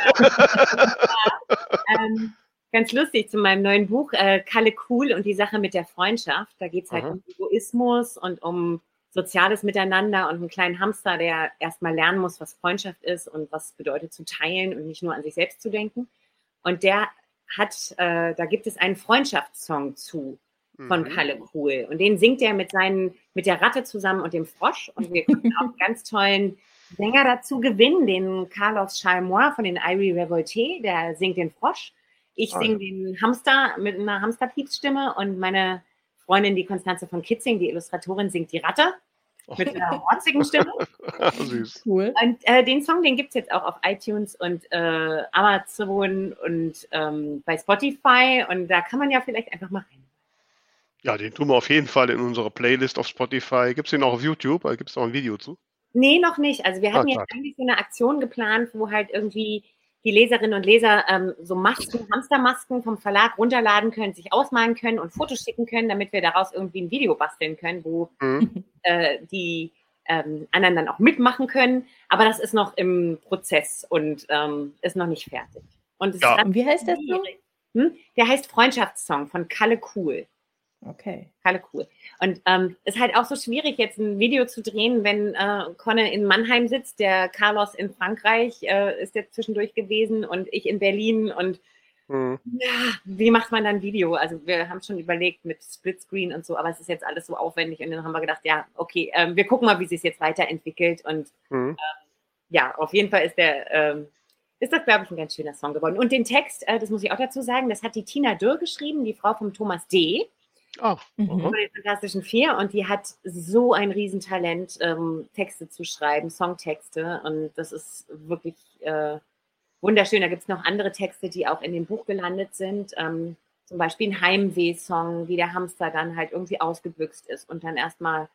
S5: Ähm, ganz lustig zu meinem neuen Buch, äh, Kalle Cool und die Sache mit der Freundschaft. Da geht es halt
S2: Aha.
S5: um Egoismus und um soziales Miteinander und einen kleinen Hamster, der erstmal lernen muss, was Freundschaft ist und was bedeutet zu teilen und nicht nur an sich selbst zu denken. Und der hat, äh, da gibt es einen Freundschaftssong zu von
S2: Mhm.
S5: Kalle Cool. Und den singt er mit seinen, mit der Ratte zusammen und dem Frosch. Und wir können auch einen ganz tollen Sänger dazu gewinnen, den Carlos Chalmois von den Irie Revolte, der singt den Frosch. Ich
S2: Ah,
S5: singe den Hamster mit einer Hamsterpiepsstimme und meine Freundin, die Konstanze von Kitzing, die Illustratorin, singt die Ratte mit einer rotzigen Stimme.
S2: Süß.
S1: Cool.
S5: Und äh, den Song, den gibt es jetzt auch auf iTunes und äh, Amazon und ähm, bei Spotify. Und da kann man ja vielleicht einfach mal rein.
S2: Ja, den tun wir auf jeden Fall in unsere Playlist auf Spotify. Gibt es den auch auf YouTube? Da gibt es auch ein Video zu.
S5: Nee, noch nicht. Also wir
S2: Ah,
S5: hatten jetzt
S2: schade.
S5: eigentlich so eine Aktion geplant, wo halt irgendwie die Leserinnen und Leser ähm, so Masken, Hamstermasken vom Verlag runterladen können, sich ausmalen können und Fotos schicken können, damit wir daraus irgendwie ein Video basteln können, wo
S2: Mhm.
S5: äh, die ähm, anderen dann auch mitmachen können. Aber das ist noch im Prozess und ähm, ist noch nicht fertig. Und es
S2: Ja.
S5: ist
S1: Und wie heißt der Song?
S5: schwierig. Hm? Der heißt Freundschaftssong von Kalle Cool.
S1: Okay.
S5: Kalle Cool. Und ähm, ist halt auch so schwierig, jetzt ein Video zu drehen, wenn äh, Conne in Mannheim sitzt, der Carlos in Frankreich äh, ist jetzt zwischendurch gewesen und ich in Berlin. Und
S2: Mhm.
S5: ja, wie macht man dann ein Video? Also wir haben schon überlegt mit Splitscreen und so, aber es ist jetzt alles so aufwendig. Und dann haben wir gedacht, ja, okay, ähm, wir gucken mal, wie sich es jetzt weiterentwickelt. Und
S2: Mhm.
S5: ja, auf jeden Fall ist der, ähm, ist das, glaube ich, ein ganz schöner Song geworden. Und den Text, äh, das muss ich auch dazu sagen, das hat die Tina Dürr geschrieben, die Frau von Thomas D.
S2: Ah,
S1: Mhm.
S2: aha.
S5: von den Fantastischen Vier, und die hat so ein Riesentalent, ähm, Texte zu schreiben, Songtexte, und das ist wirklich äh, wunderschön. Da gibt es noch andere Texte, die auch in dem Buch gelandet sind, ähm, zum Beispiel ein Heimweh-Song, wie der Hamster dann halt irgendwie ausgebüxt ist und dann erstmal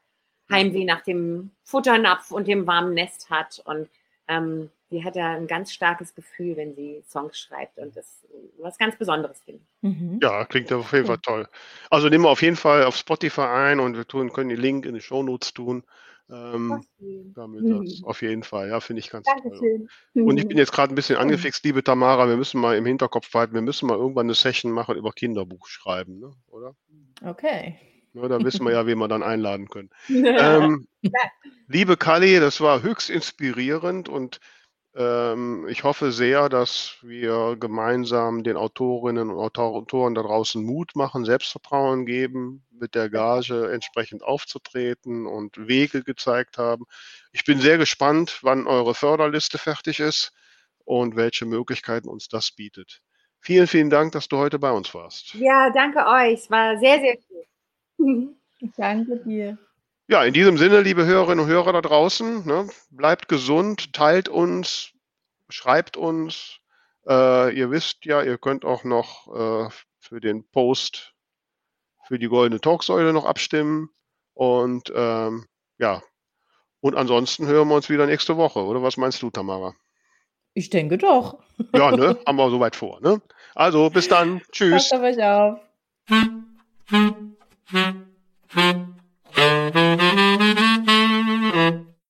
S5: Heimweh nach dem Futternapf und dem warmen Nest hat. Und ähm, sie hat da ein ganz starkes Gefühl, wenn sie Songs schreibt und das was ganz Besonderes finde.
S1: Mhm.
S2: Ja, klingt auf jeden Fall toll. Also nehmen wir auf jeden Fall auf Spotify ein und wir tun, können den Link in die Shownotes tun. Ähm, damit das auf jeden Fall, ja, finde ich ganz toll.
S5: Dankeschön.
S2: Und ich bin jetzt gerade ein bisschen angefixt, liebe Tamara, wir müssen mal im Hinterkopf behalten, wir müssen mal irgendwann eine Session machen über Kinderbuch schreiben, ne? Oder?
S1: Okay.
S2: Ne, da wissen wir ja, wen wir dann einladen können. ähm, liebe Kalli, das war höchst inspirierend und ähm, ich hoffe sehr, dass wir gemeinsam den Autorinnen und Autor Autoren da draußen Mut machen, Selbstvertrauen geben, mit der Gage entsprechend aufzutreten und Wege gezeigt haben. Ich bin sehr gespannt, wann eure Förderliste fertig ist und welche Möglichkeiten uns das bietet. Vielen, vielen Dank, dass du heute bei uns warst.
S5: Ja, danke euch. Es war sehr, sehr schön.
S1: Danke dir.
S2: Ja, in diesem Sinne, liebe Hörerinnen und Hörer da draußen, ne, bleibt gesund, teilt uns, schreibt uns. Äh, ihr wisst ja, ihr könnt auch noch äh, für den Post für die Goldene Talksäule noch abstimmen. Und ähm, ja, und ansonsten hören wir uns wieder nächste Woche, oder was meinst du, Tamara?
S1: Ich denke doch.
S2: Ja, ne? Haben wir soweit vor, ne? Also, bis dann. Tschüss.
S1: Passt auf euch auf.